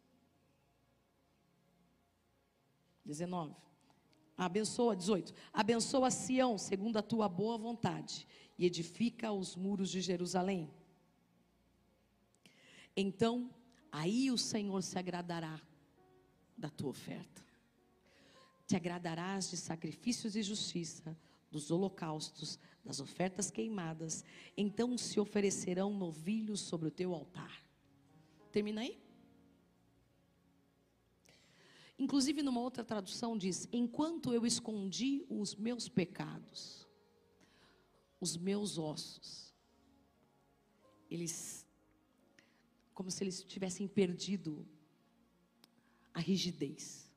19. Abençoa, 18. Abençoa Sião, segundo a tua boa vontade, e edifica os muros de Jerusalém. Então, aí o Senhor se agradará da tua oferta. Te agradarás de sacrifícios de justiça, dos holocaustos, das ofertas queimadas. Então se oferecerão novilhos sobre o teu altar. Termina aí? Inclusive numa outra tradução diz: enquanto eu escondi os meus pecados, os meus ossos, eles, como se eles tivessem perdido a rigidez.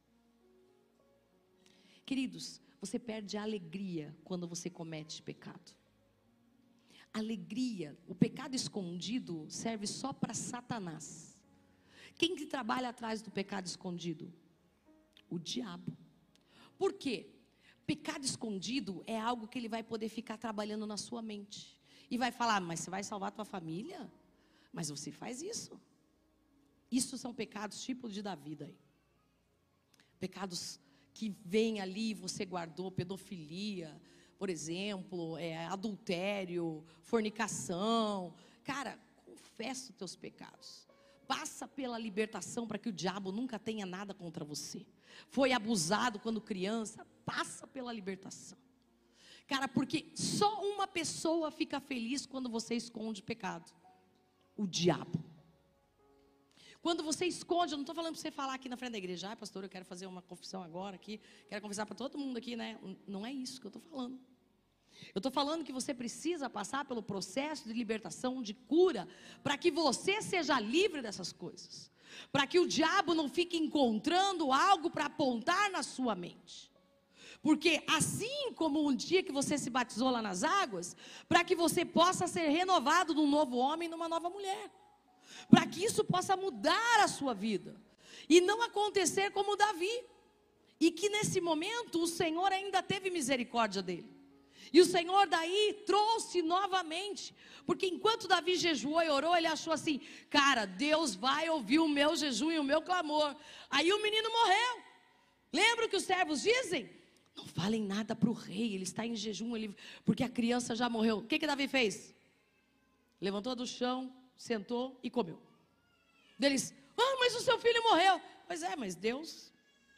Queridos, você perde a alegria quando você comete pecado. Alegria, o pecado escondido serve só para Satanás. Quem que trabalha atrás do pecado escondido? O diabo. Por quê? Pecado escondido é algo que ele vai poder ficar trabalhando na sua mente. E vai falar: mas você vai salvar a tua família? Mas você faz isso. Isso são pecados tipo de Davi aí. Pecados que vem ali, você guardou, pedofilia, por exemplo, adultério, fornicação. Cara, confessa os teus pecados. Passa pela libertação para que o diabo nunca tenha nada contra você. Foi abusado quando criança, passa pela libertação. Cara, porque só uma pessoa fica feliz quando você esconde pecado: o diabo. Quando você esconde, eu não estou falando para você falar aqui na frente da igreja: pastor, eu quero fazer uma confissão agora aqui, quero confessar para todo mundo aqui, né? Não é isso que eu estou falando. Eu estou falando que você precisa passar pelo processo de libertação, de cura, para que você seja livre dessas coisas, para que o diabo não fique encontrando algo para apontar na sua mente. Porque assim como um dia que você se batizou lá nas águas, para que você possa ser renovado num novo homem, numa nova mulher, para que isso possa mudar a sua vida, e não acontecer como Davi, e que nesse momento o Senhor ainda teve misericórdia dele, e o Senhor daí trouxe novamente, porque enquanto Davi jejuou e orou, ele achou assim: cara, Deus vai ouvir o meu jejum e o meu clamor. Aí o menino morreu. Lembra o que os servos dizem? Não falem nada para o rei, ele está em jejum, porque a criança já morreu. O que Davi fez? Levantou do chão, sentou e comeu. Deles: mas o seu filho morreu. Pois é, mas Deus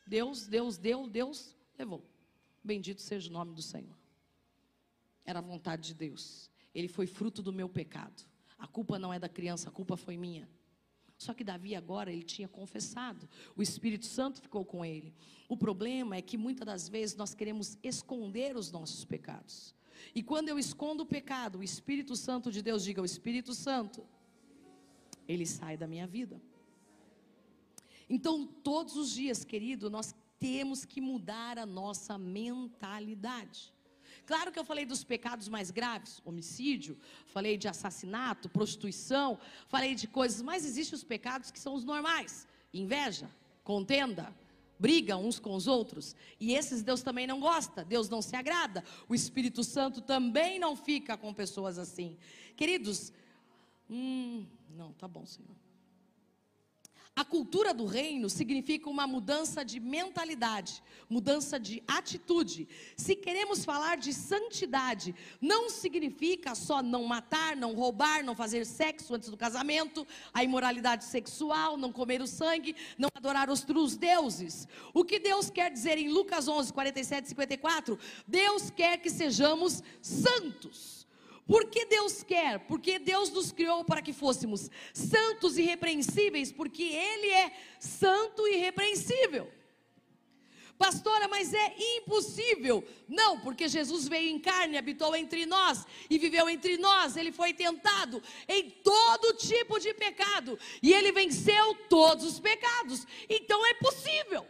levou. Bendito seja o nome do Senhor. Era a vontade de Deus. Ele foi fruto do meu pecado. A culpa não é da criança, a culpa foi minha. Só que Davi agora, ele tinha confessado. O Espírito Santo ficou com ele. O problema é que muitas das vezes nós queremos esconder os nossos pecados. E quando eu escondo o pecado, o Espírito Santo de Deus, diga: o Espírito Santo, ele sai da minha vida. Então todos os dias, querido, nós temos que mudar a nossa mentalidade. Claro que eu falei dos pecados mais graves: homicídio, falei de assassinato, prostituição, falei de coisas, mas existem os pecados que são os normais: inveja, contenda, briga uns com os outros, e esses Deus também não gosta, Deus não se agrada, o Espírito Santo também não fica com pessoas assim. Queridos, não, tá bom, Senhor. A cultura do reino significa uma mudança de mentalidade, mudança de atitude. Se queremos falar de santidade, não significa só não matar, não roubar, não fazer sexo antes do casamento, a imoralidade sexual, não comer o sangue, não adorar outros deuses. O que Deus quer dizer em Lucas 11, 47 e 54? Deus quer que sejamos santos. Por que Deus quer? Porque Deus nos criou para que fôssemos santos e irrepreensíveis, porque Ele é santo e irrepreensível. Pastora, mas é impossível. Não, porque Jesus veio em carne, habitou entre nós e viveu entre nós. Ele foi tentado em todo tipo de pecado e Ele venceu todos os pecados. Então é possível.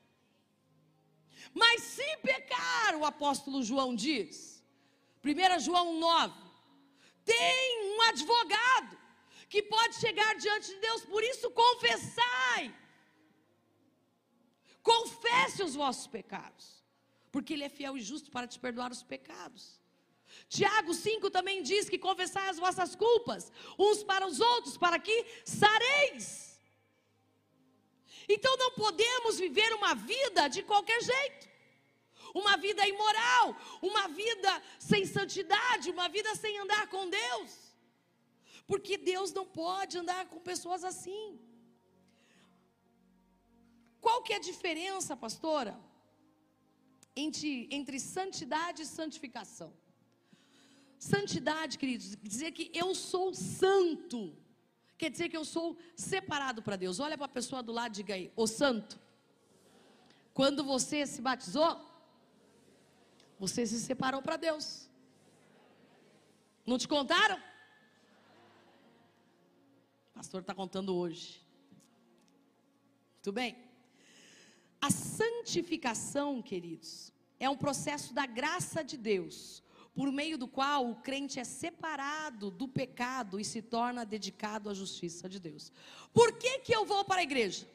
Mas se pecar, o apóstolo João diz, 1 João 9, tem um advogado que pode chegar diante de Deus. Por isso confessai, confesse os vossos pecados, porque Ele é fiel e justo para te perdoar os pecados. Tiago 5 também diz que confessai as vossas culpas uns para os outros, para que sareis. Então não podemos viver uma vida de qualquer jeito, uma vida imoral, uma vida sem santidade, uma vida sem andar com Deus, porque Deus não pode andar com pessoas assim. Qual que é a diferença, pastora, entre santidade e santificação? Santidade, queridos, dizer que eu sou santo, quer dizer que eu sou separado para Deus. Olha para a pessoa do lado e diga aí: ô santo. Quando você se batizou, você se separou para Deus. Não te contaram? O pastor está contando hoje. Muito bem. A santificação, queridos, é um processo da graça de Deus, por meio do qual o crente é separado do pecado e se torna dedicado à justiça de Deus. Por que eu vou para a igreja?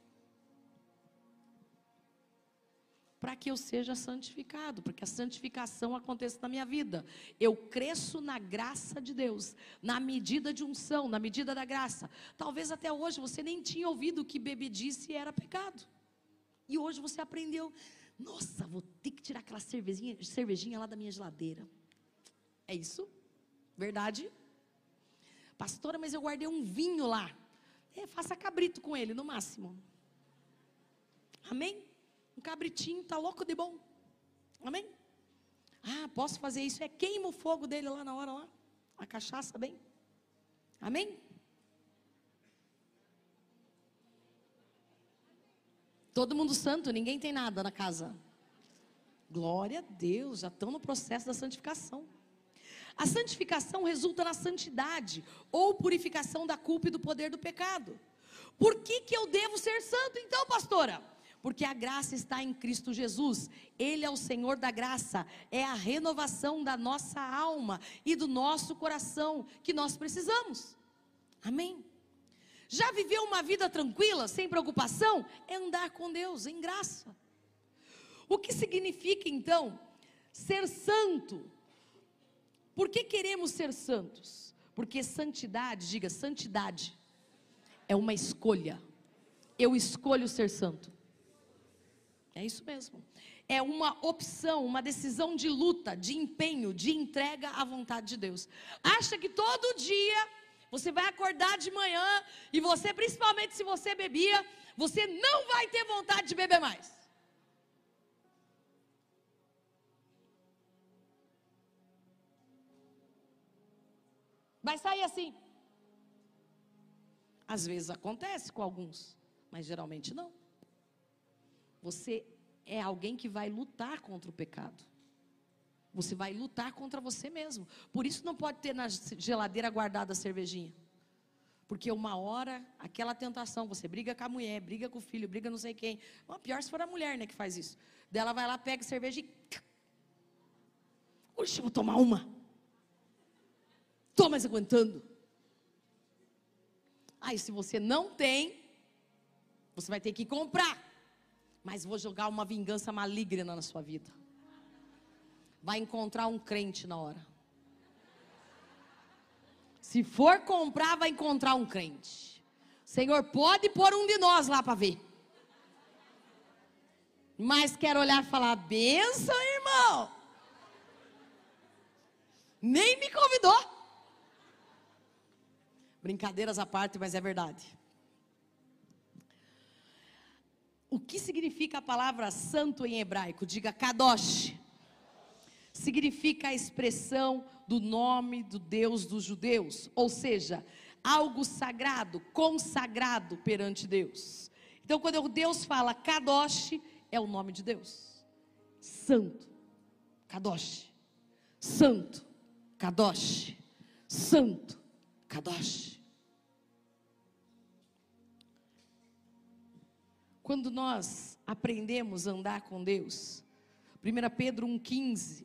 Para que eu seja santificado, para que a santificação aconteça na minha vida. Eu cresço na graça de Deus, na medida de unção, na medida da graça. Talvez até hoje você nem tinha ouvido que bebedice era pecado, e hoje você aprendeu. Nossa, vou ter que tirar aquela cervejinha lá da minha geladeira. É isso? Verdade? Pastora, mas eu guardei um vinho lá. Faça cabrito com ele, no máximo. Amém? Um cabritinho, tá louco de bom. Amém? Ah, posso fazer isso? Queima o fogo dele lá na hora, lá. A cachaça, bem? Amém? Todo mundo santo, ninguém tem nada na casa. Glória a Deus, já estão no processo da santificação. A santificação resulta na santidade ou purificação da culpa e do poder do pecado. Por que eu devo ser santo então, pastora? Porque a graça está em Cristo Jesus. Ele é o Senhor da graça. É a renovação da nossa alma e do nosso coração que nós precisamos. Amém? Já viveu uma vida tranquila, sem preocupação? É andar com Deus em graça. O que significa então ser santo? Por que queremos ser santos? Porque santidade, diga santidade, é uma escolha. Eu escolho ser santo. É isso mesmo. É uma opção, uma decisão de luta, de empenho, de entrega à vontade de Deus. Acha que todo dia você vai acordar de manhã e você, principalmente se você bebia, você não vai ter vontade de beber mais. Vai sair assim. Às vezes acontece com alguns, mas geralmente não. Você é alguém que vai lutar contra o pecado. Você vai lutar contra você mesmo. Por isso não pode ter na geladeira guardada a cervejinha. Porque uma hora, aquela tentação, você briga com a mulher, briga com o filho, briga não sei quem. Pior se for a mulher, né, que faz isso. Daí ela vai lá, pega a cerveja e... Oxe, eu vou tomar uma. Estou mais aguentando. Aí se você não tem, você vai ter que comprar. Mas vou jogar uma vingança maligna na sua vida. Vai encontrar um crente na hora. Se for comprar, vai encontrar um crente. Senhor, pode pôr um de nós lá para ver. Mas quero olhar e falar, benção, irmão. Nem me convidou. Brincadeiras à parte, mas é verdade. O que significa a palavra santo em hebraico? Diga kadosh. Significa a expressão do nome do Deus dos judeus. Ou seja, algo sagrado, consagrado perante Deus. Então quando Deus fala kadosh, é o nome de Deus. Santo, kadosh. Santo, kadosh. Santo, kadosh. Quando nós aprendemos a andar com Deus, 1 Pedro 1,15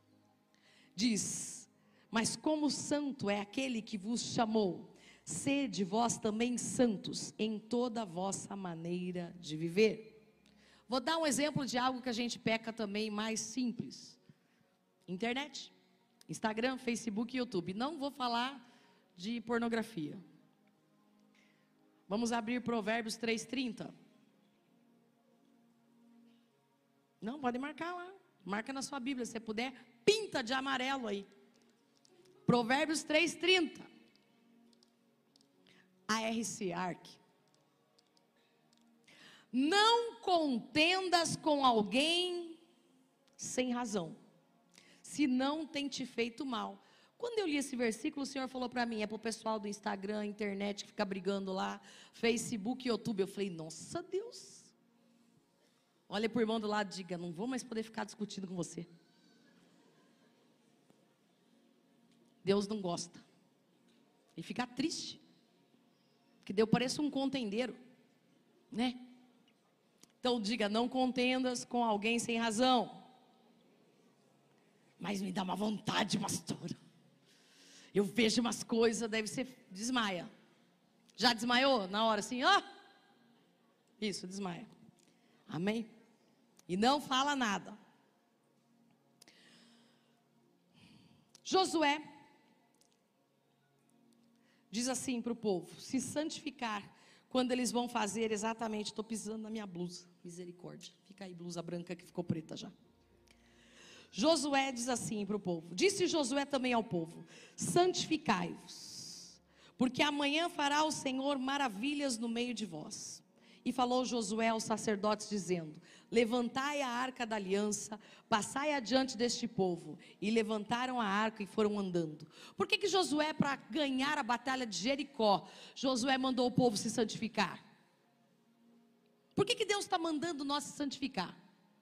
diz: mas como santo é aquele que vos chamou, sede vós também santos em toda a vossa maneira de viver. Vou dar um exemplo de algo que a gente peca também mais simples. Internet, Instagram, Facebook e YouTube. Não vou falar de pornografia. Vamos abrir Provérbios 3,30. Não, pode marcar lá. Marca na sua Bíblia, se puder, pinta de amarelo aí. Provérbios 3,30. ARC, ARC. Não contendas com alguém sem razão, se não tem te feito mal. Quando eu li esse versículo, o Senhor falou para mim, é para o pessoal do Instagram, internet, que fica brigando lá, Facebook, YouTube. Eu falei, nossa Deus. Olha para o irmão do lado e diga, não vou mais poder ficar discutindo com você. Deus não gosta. E fica triste. Que Deus parece um contendeiro, né? Então diga, não contendas com alguém sem razão. Mas me dá uma vontade, pastora. Eu vejo umas coisas, deve ser, desmaia. Já desmaiou na hora assim, ó? Isso, desmaia. Amém? E não fala nada. Josué diz assim para o povo: se santificar quando eles vão fazer exatamente, estou pisando na minha blusa, misericórdia, fica aí blusa branca que ficou preta já. Josué diz assim para o povo, disse Josué também ao povo, santificai-vos, porque amanhã fará o Senhor maravilhas no meio de vós. E falou Josué aos sacerdotes dizendo, levantai a arca da aliança, passai adiante deste povo. E levantaram a arca e foram andando. Por que Josué, para ganhar a batalha de Jericó, Josué mandou o povo se santificar? Por que Deus está mandando nós se santificar?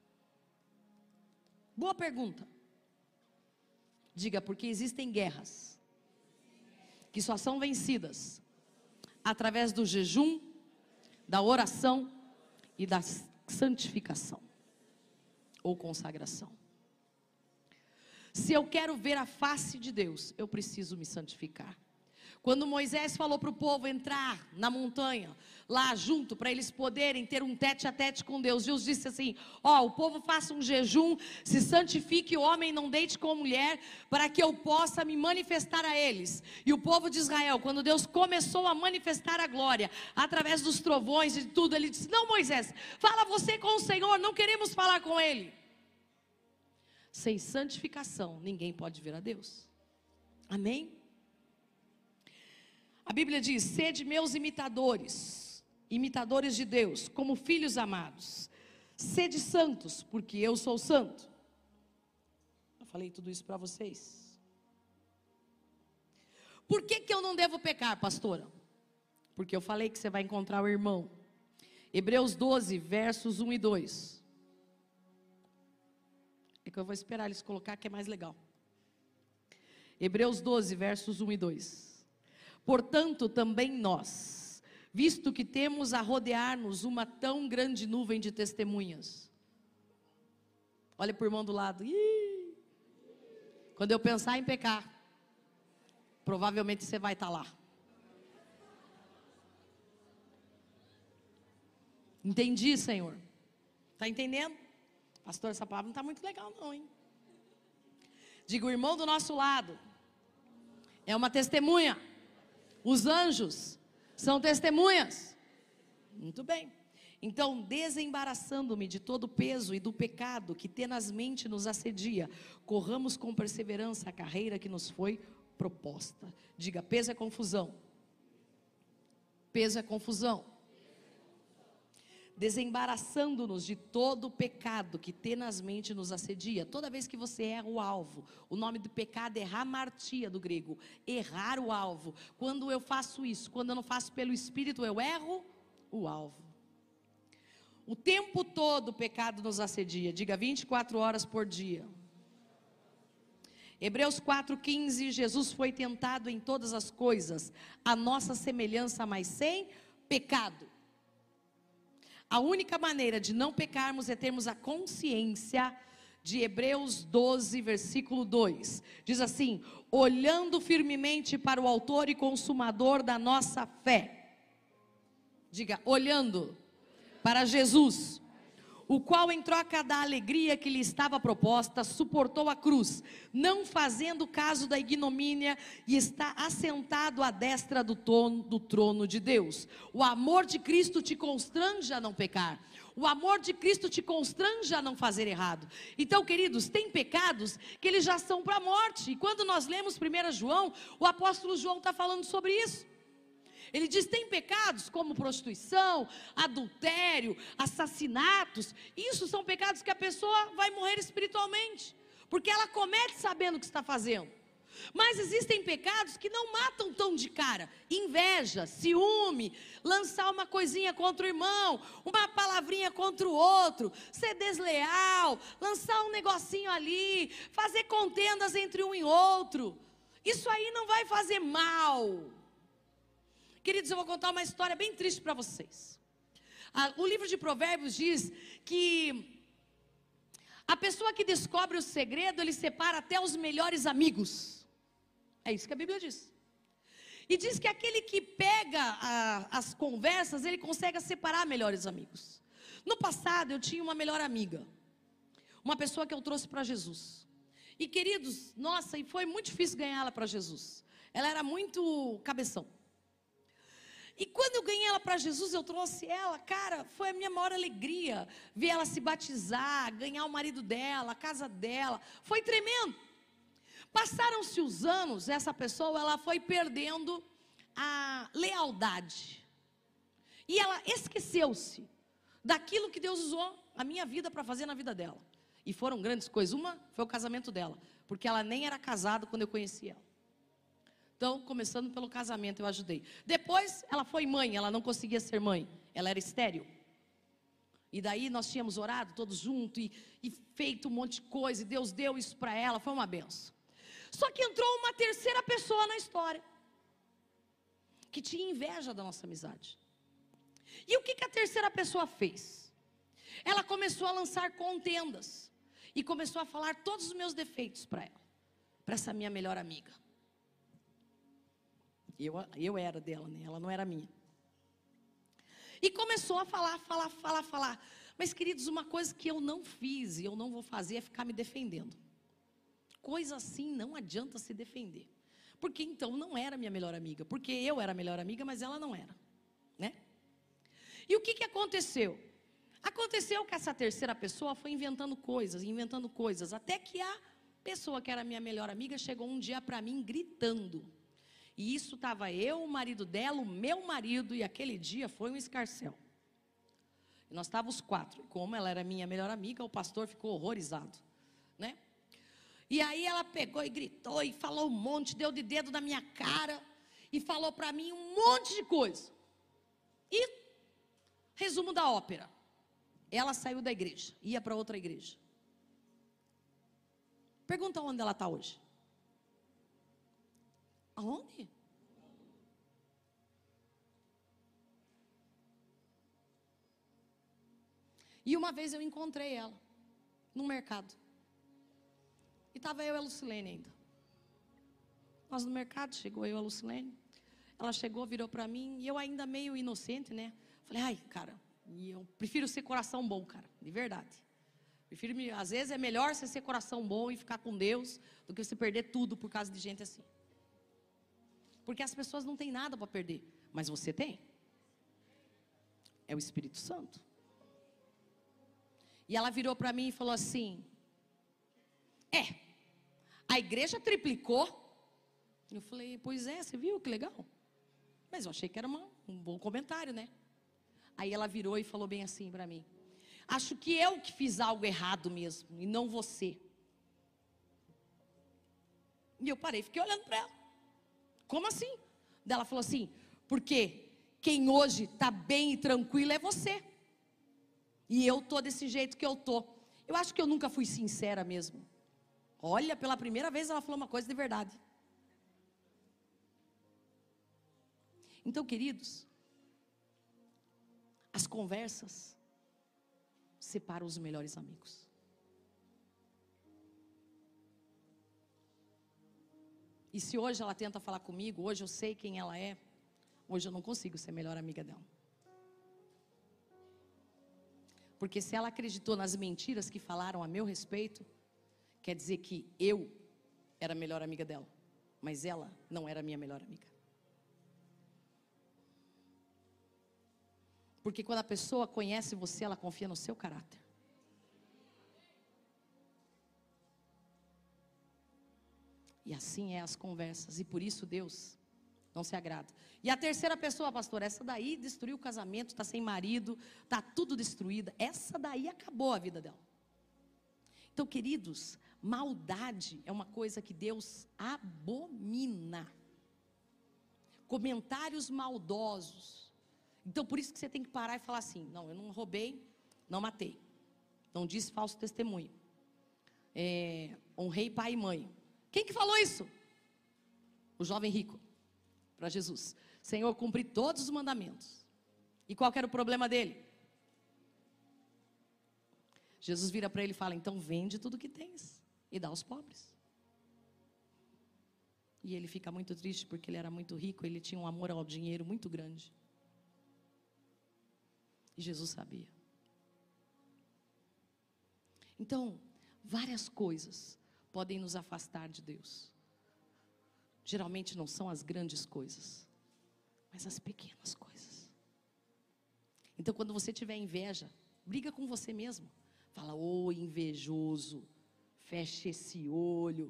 Boa pergunta. Diga, porque existem guerras que só são vencidas através do jejum, da oração e da santificação ou consagração. Se eu quero ver a face de Deus, eu preciso me santificar. Quando Moisés falou para o povo entrar na montanha, lá junto, para eles poderem ter um tete a tete com Deus, Deus disse assim, ó, o povo faça um jejum, se santifique, o homem não deite com mulher, para que eu possa me manifestar a eles. E o povo de Israel, quando Deus começou a manifestar a glória, através dos trovões e de tudo, ele disse, não Moisés, fala você com o Senhor, não queremos falar com ele. Sem santificação, ninguém pode ver a Deus. Amém? A Bíblia diz, sede meus imitadores, imitadores de Deus, como filhos amados. Sede santos, porque eu sou santo. Eu falei tudo isso para vocês. Por que eu não devo pecar, pastora? Porque eu falei que você vai encontrar o irmão. Hebreus 12, versos 1 e 2. É que eu vou esperar eles colocar que é mais legal. Hebreus 12, versos 1 e 2. Portanto, também nós, visto que temos a rodear-nos uma tão grande nuvem de testemunhas. Olha para o irmão do lado. Ih, quando eu pensar em pecar, provavelmente você vai estar lá. Entendi, Senhor. Está entendendo? Pastor, essa palavra não está muito legal não, hein? Diga, o irmão do nosso lado é uma testemunha. Os anjos são testemunhas. Muito bem. Então, desembaraçando-me de todo o peso e do pecado que tenazmente nos assedia, corramos com perseverança a carreira que nos foi proposta. Diga, peso é confusão. Peso é confusão. Desembaraçando-nos de todo o pecado que tenazmente nos assedia. Toda vez que você erra o alvo, o nome do pecado é hamartia do grego, errar o alvo. Quando eu faço isso, quando eu não faço pelo Espírito, eu erro o alvo. O tempo todo o pecado nos assedia, diga 24 horas por dia. Hebreus 4,15, Jesus foi tentado em todas as coisas, a nossa semelhança, mas sem pecado. A única maneira de não pecarmos é termos a consciência de Hebreus 12, versículo 2. Diz assim, olhando firmemente para o autor e consumador da nossa fé. Diga, olhando para Jesus, o qual em troca da alegria que lhe estava proposta, suportou a cruz, não fazendo caso da ignomínia, e está assentado à destra do trono de Deus. O amor de Cristo te constrange a não pecar. O amor de Cristo te constrange a não fazer errado. Então, queridos, tem pecados que eles já são para a morte. E quando nós lemos 1 João, o apóstolo João está falando sobre isso. Ele diz, tem pecados como prostituição, adultério, assassinatos. Isso são pecados que a pessoa vai morrer espiritualmente, porque ela comete sabendo o que está fazendo. Mas existem pecados que não matam tão de cara. Inveja, ciúme, lançar uma coisinha contra o irmão, uma palavrinha contra o outro, ser desleal, lançar um negocinho ali, fazer contendas entre um e outro. Isso aí não vai fazer mal. Queridos, eu vou contar uma história bem triste para vocês. O livro de Provérbios diz que a pessoa que descobre o segredo, ele separa até os melhores amigos. É isso que a Bíblia diz. E diz que aquele que pega as conversas, ele consegue separar melhores amigos. No passado, eu tinha uma melhor amiga. Uma pessoa que eu trouxe para Jesus. E queridos, nossa, e foi muito difícil ganhar ela para Jesus. Ela era muito cabeção. E quando eu ganhei ela para Jesus, eu trouxe ela, cara, foi a minha maior alegria ver ela se batizar, ganhar o marido dela, a casa dela, foi tremendo. Passaram-se os anos, essa pessoa, ela foi perdendo a lealdade, e ela esqueceu-se daquilo que Deus usou a minha vida para fazer na vida dela, e foram grandes coisas. Uma foi o casamento dela, porque ela nem era casada quando eu conheci ela. Então, começando pelo casamento, eu ajudei. Depois, ela foi mãe, ela não conseguia ser mãe, ela era estéril. E daí nós tínhamos orado todos juntos e feito um monte de coisa, e Deus deu isso para ela, foi uma benção. Só que entrou uma terceira pessoa na história, que tinha inveja da nossa amizade. E o que a terceira pessoa fez? Ela começou a lançar contendas, e começou a falar todos os meus defeitos para ela, para essa minha melhor amiga. Eu era dela, né? Ela não era minha. E começou a falar. Mas, queridos, uma coisa que eu não fiz e eu não vou fazer é ficar me defendendo. Coisa assim não adianta se defender. Porque então não era minha melhor amiga. Porque eu era a melhor amiga, mas ela não era, né? E o que aconteceu? Aconteceu que essa terceira pessoa foi inventando coisas, até que a pessoa que era minha melhor amiga chegou um dia para mim gritando. E isso estava eu, o marido dela, o meu marido, e aquele dia foi um escarcéu. E nós estávamos 4, como ela era minha melhor amiga, o pastor ficou horrorizado, né? E aí ela pegou e gritou e falou um monte, deu de dedo na minha cara e falou para mim um monte de coisa. E, resumo da ópera, ela saiu da igreja, ia para outra igreja. Pergunta onde ela está hoje. Aonde? E uma vez eu encontrei ela no mercado. E estava eu e a Lucilene ainda. Nós no mercado, chegou eu e a Lucilene. Ela chegou, virou para mim, e eu ainda meio inocente, né? Falei, ai, cara, eu prefiro ser coração bom, cara, de verdade. Às vezes é melhor você ser coração bom e ficar com Deus, do que você perder tudo por causa de gente assim. Porque as pessoas não têm nada para perder, mas você tem. É o Espírito Santo. E ela virou para mim e falou assim, a igreja triplicou. Eu falei, pois é, você viu que legal? Mas eu achei que era um bom comentário, né? Aí ela virou e falou bem assim para mim, acho que eu que fiz algo errado mesmo, e não você. E eu parei, fiquei olhando para ela. Como assim? Daí ela falou assim, porque quem hoje está bem e tranquilo é você. E eu estou desse jeito que eu estou. Eu acho que eu nunca fui sincera mesmo. Olha, pela primeira vez ela falou uma coisa de verdade. Então, queridos, as conversas separam os melhores amigos. E se hoje ela tenta falar comigo, hoje eu sei quem ela é, hoje eu não consigo ser melhor amiga dela. Porque se ela acreditou nas mentiras que falaram a meu respeito, quer dizer que eu era a melhor amiga dela, mas ela não era a minha melhor amiga. Porque quando a pessoa conhece você, ela confia no seu caráter. E assim é as conversas, e por isso Deus não se agrada. E a terceira pessoa, pastor, essa daí destruiu o casamento, está sem marido, está tudo destruída. Essa daí acabou a vida dela. Então, queridos, maldade é uma coisa que Deus abomina. Comentários maldosos. Então, por isso que você tem que parar e falar assim, não, eu não roubei, não matei, não disse falso testemunho, honrei pai e mãe. Quem que falou isso? O jovem rico, para Jesus. Senhor, cumpri todos os mandamentos. E qual que era o problema dele? Jesus vira para ele e fala, então vende tudo que tens e dá aos pobres. E ele fica muito triste porque ele era muito rico, ele tinha um amor ao dinheiro muito grande. E Jesus sabia. Então, várias coisas podem nos afastar de Deus. Geralmente não são as grandes coisas, mas as pequenas coisas. Então, quando você tiver inveja, briga com você mesmo. Fala, ô invejoso, feche esse olho.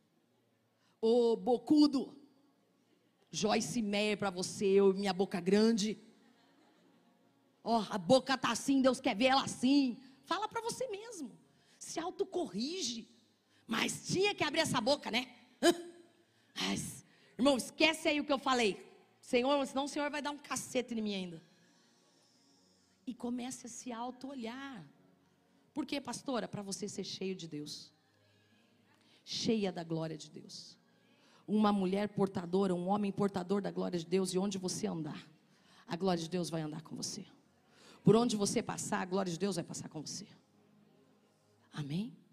Ô bocudo, Joyce Meyer para você, eu e minha boca grande. Ó, a boca tá assim, Deus quer ver ela assim. Fala para você mesmo. Se autocorrige. Mas tinha que abrir essa boca, né? Mas, irmão, esquece aí o que eu falei. Senhor, senão o Senhor vai dar um cacete em mim ainda. E comece a se auto-olhar. Por quê, pastora? Para você ser cheio de Deus. Cheia da glória de Deus. Uma mulher portadora, um homem portador da glória de Deus. E onde você andar, a glória de Deus vai andar com você. Por onde você passar, a glória de Deus vai passar com você. Amém?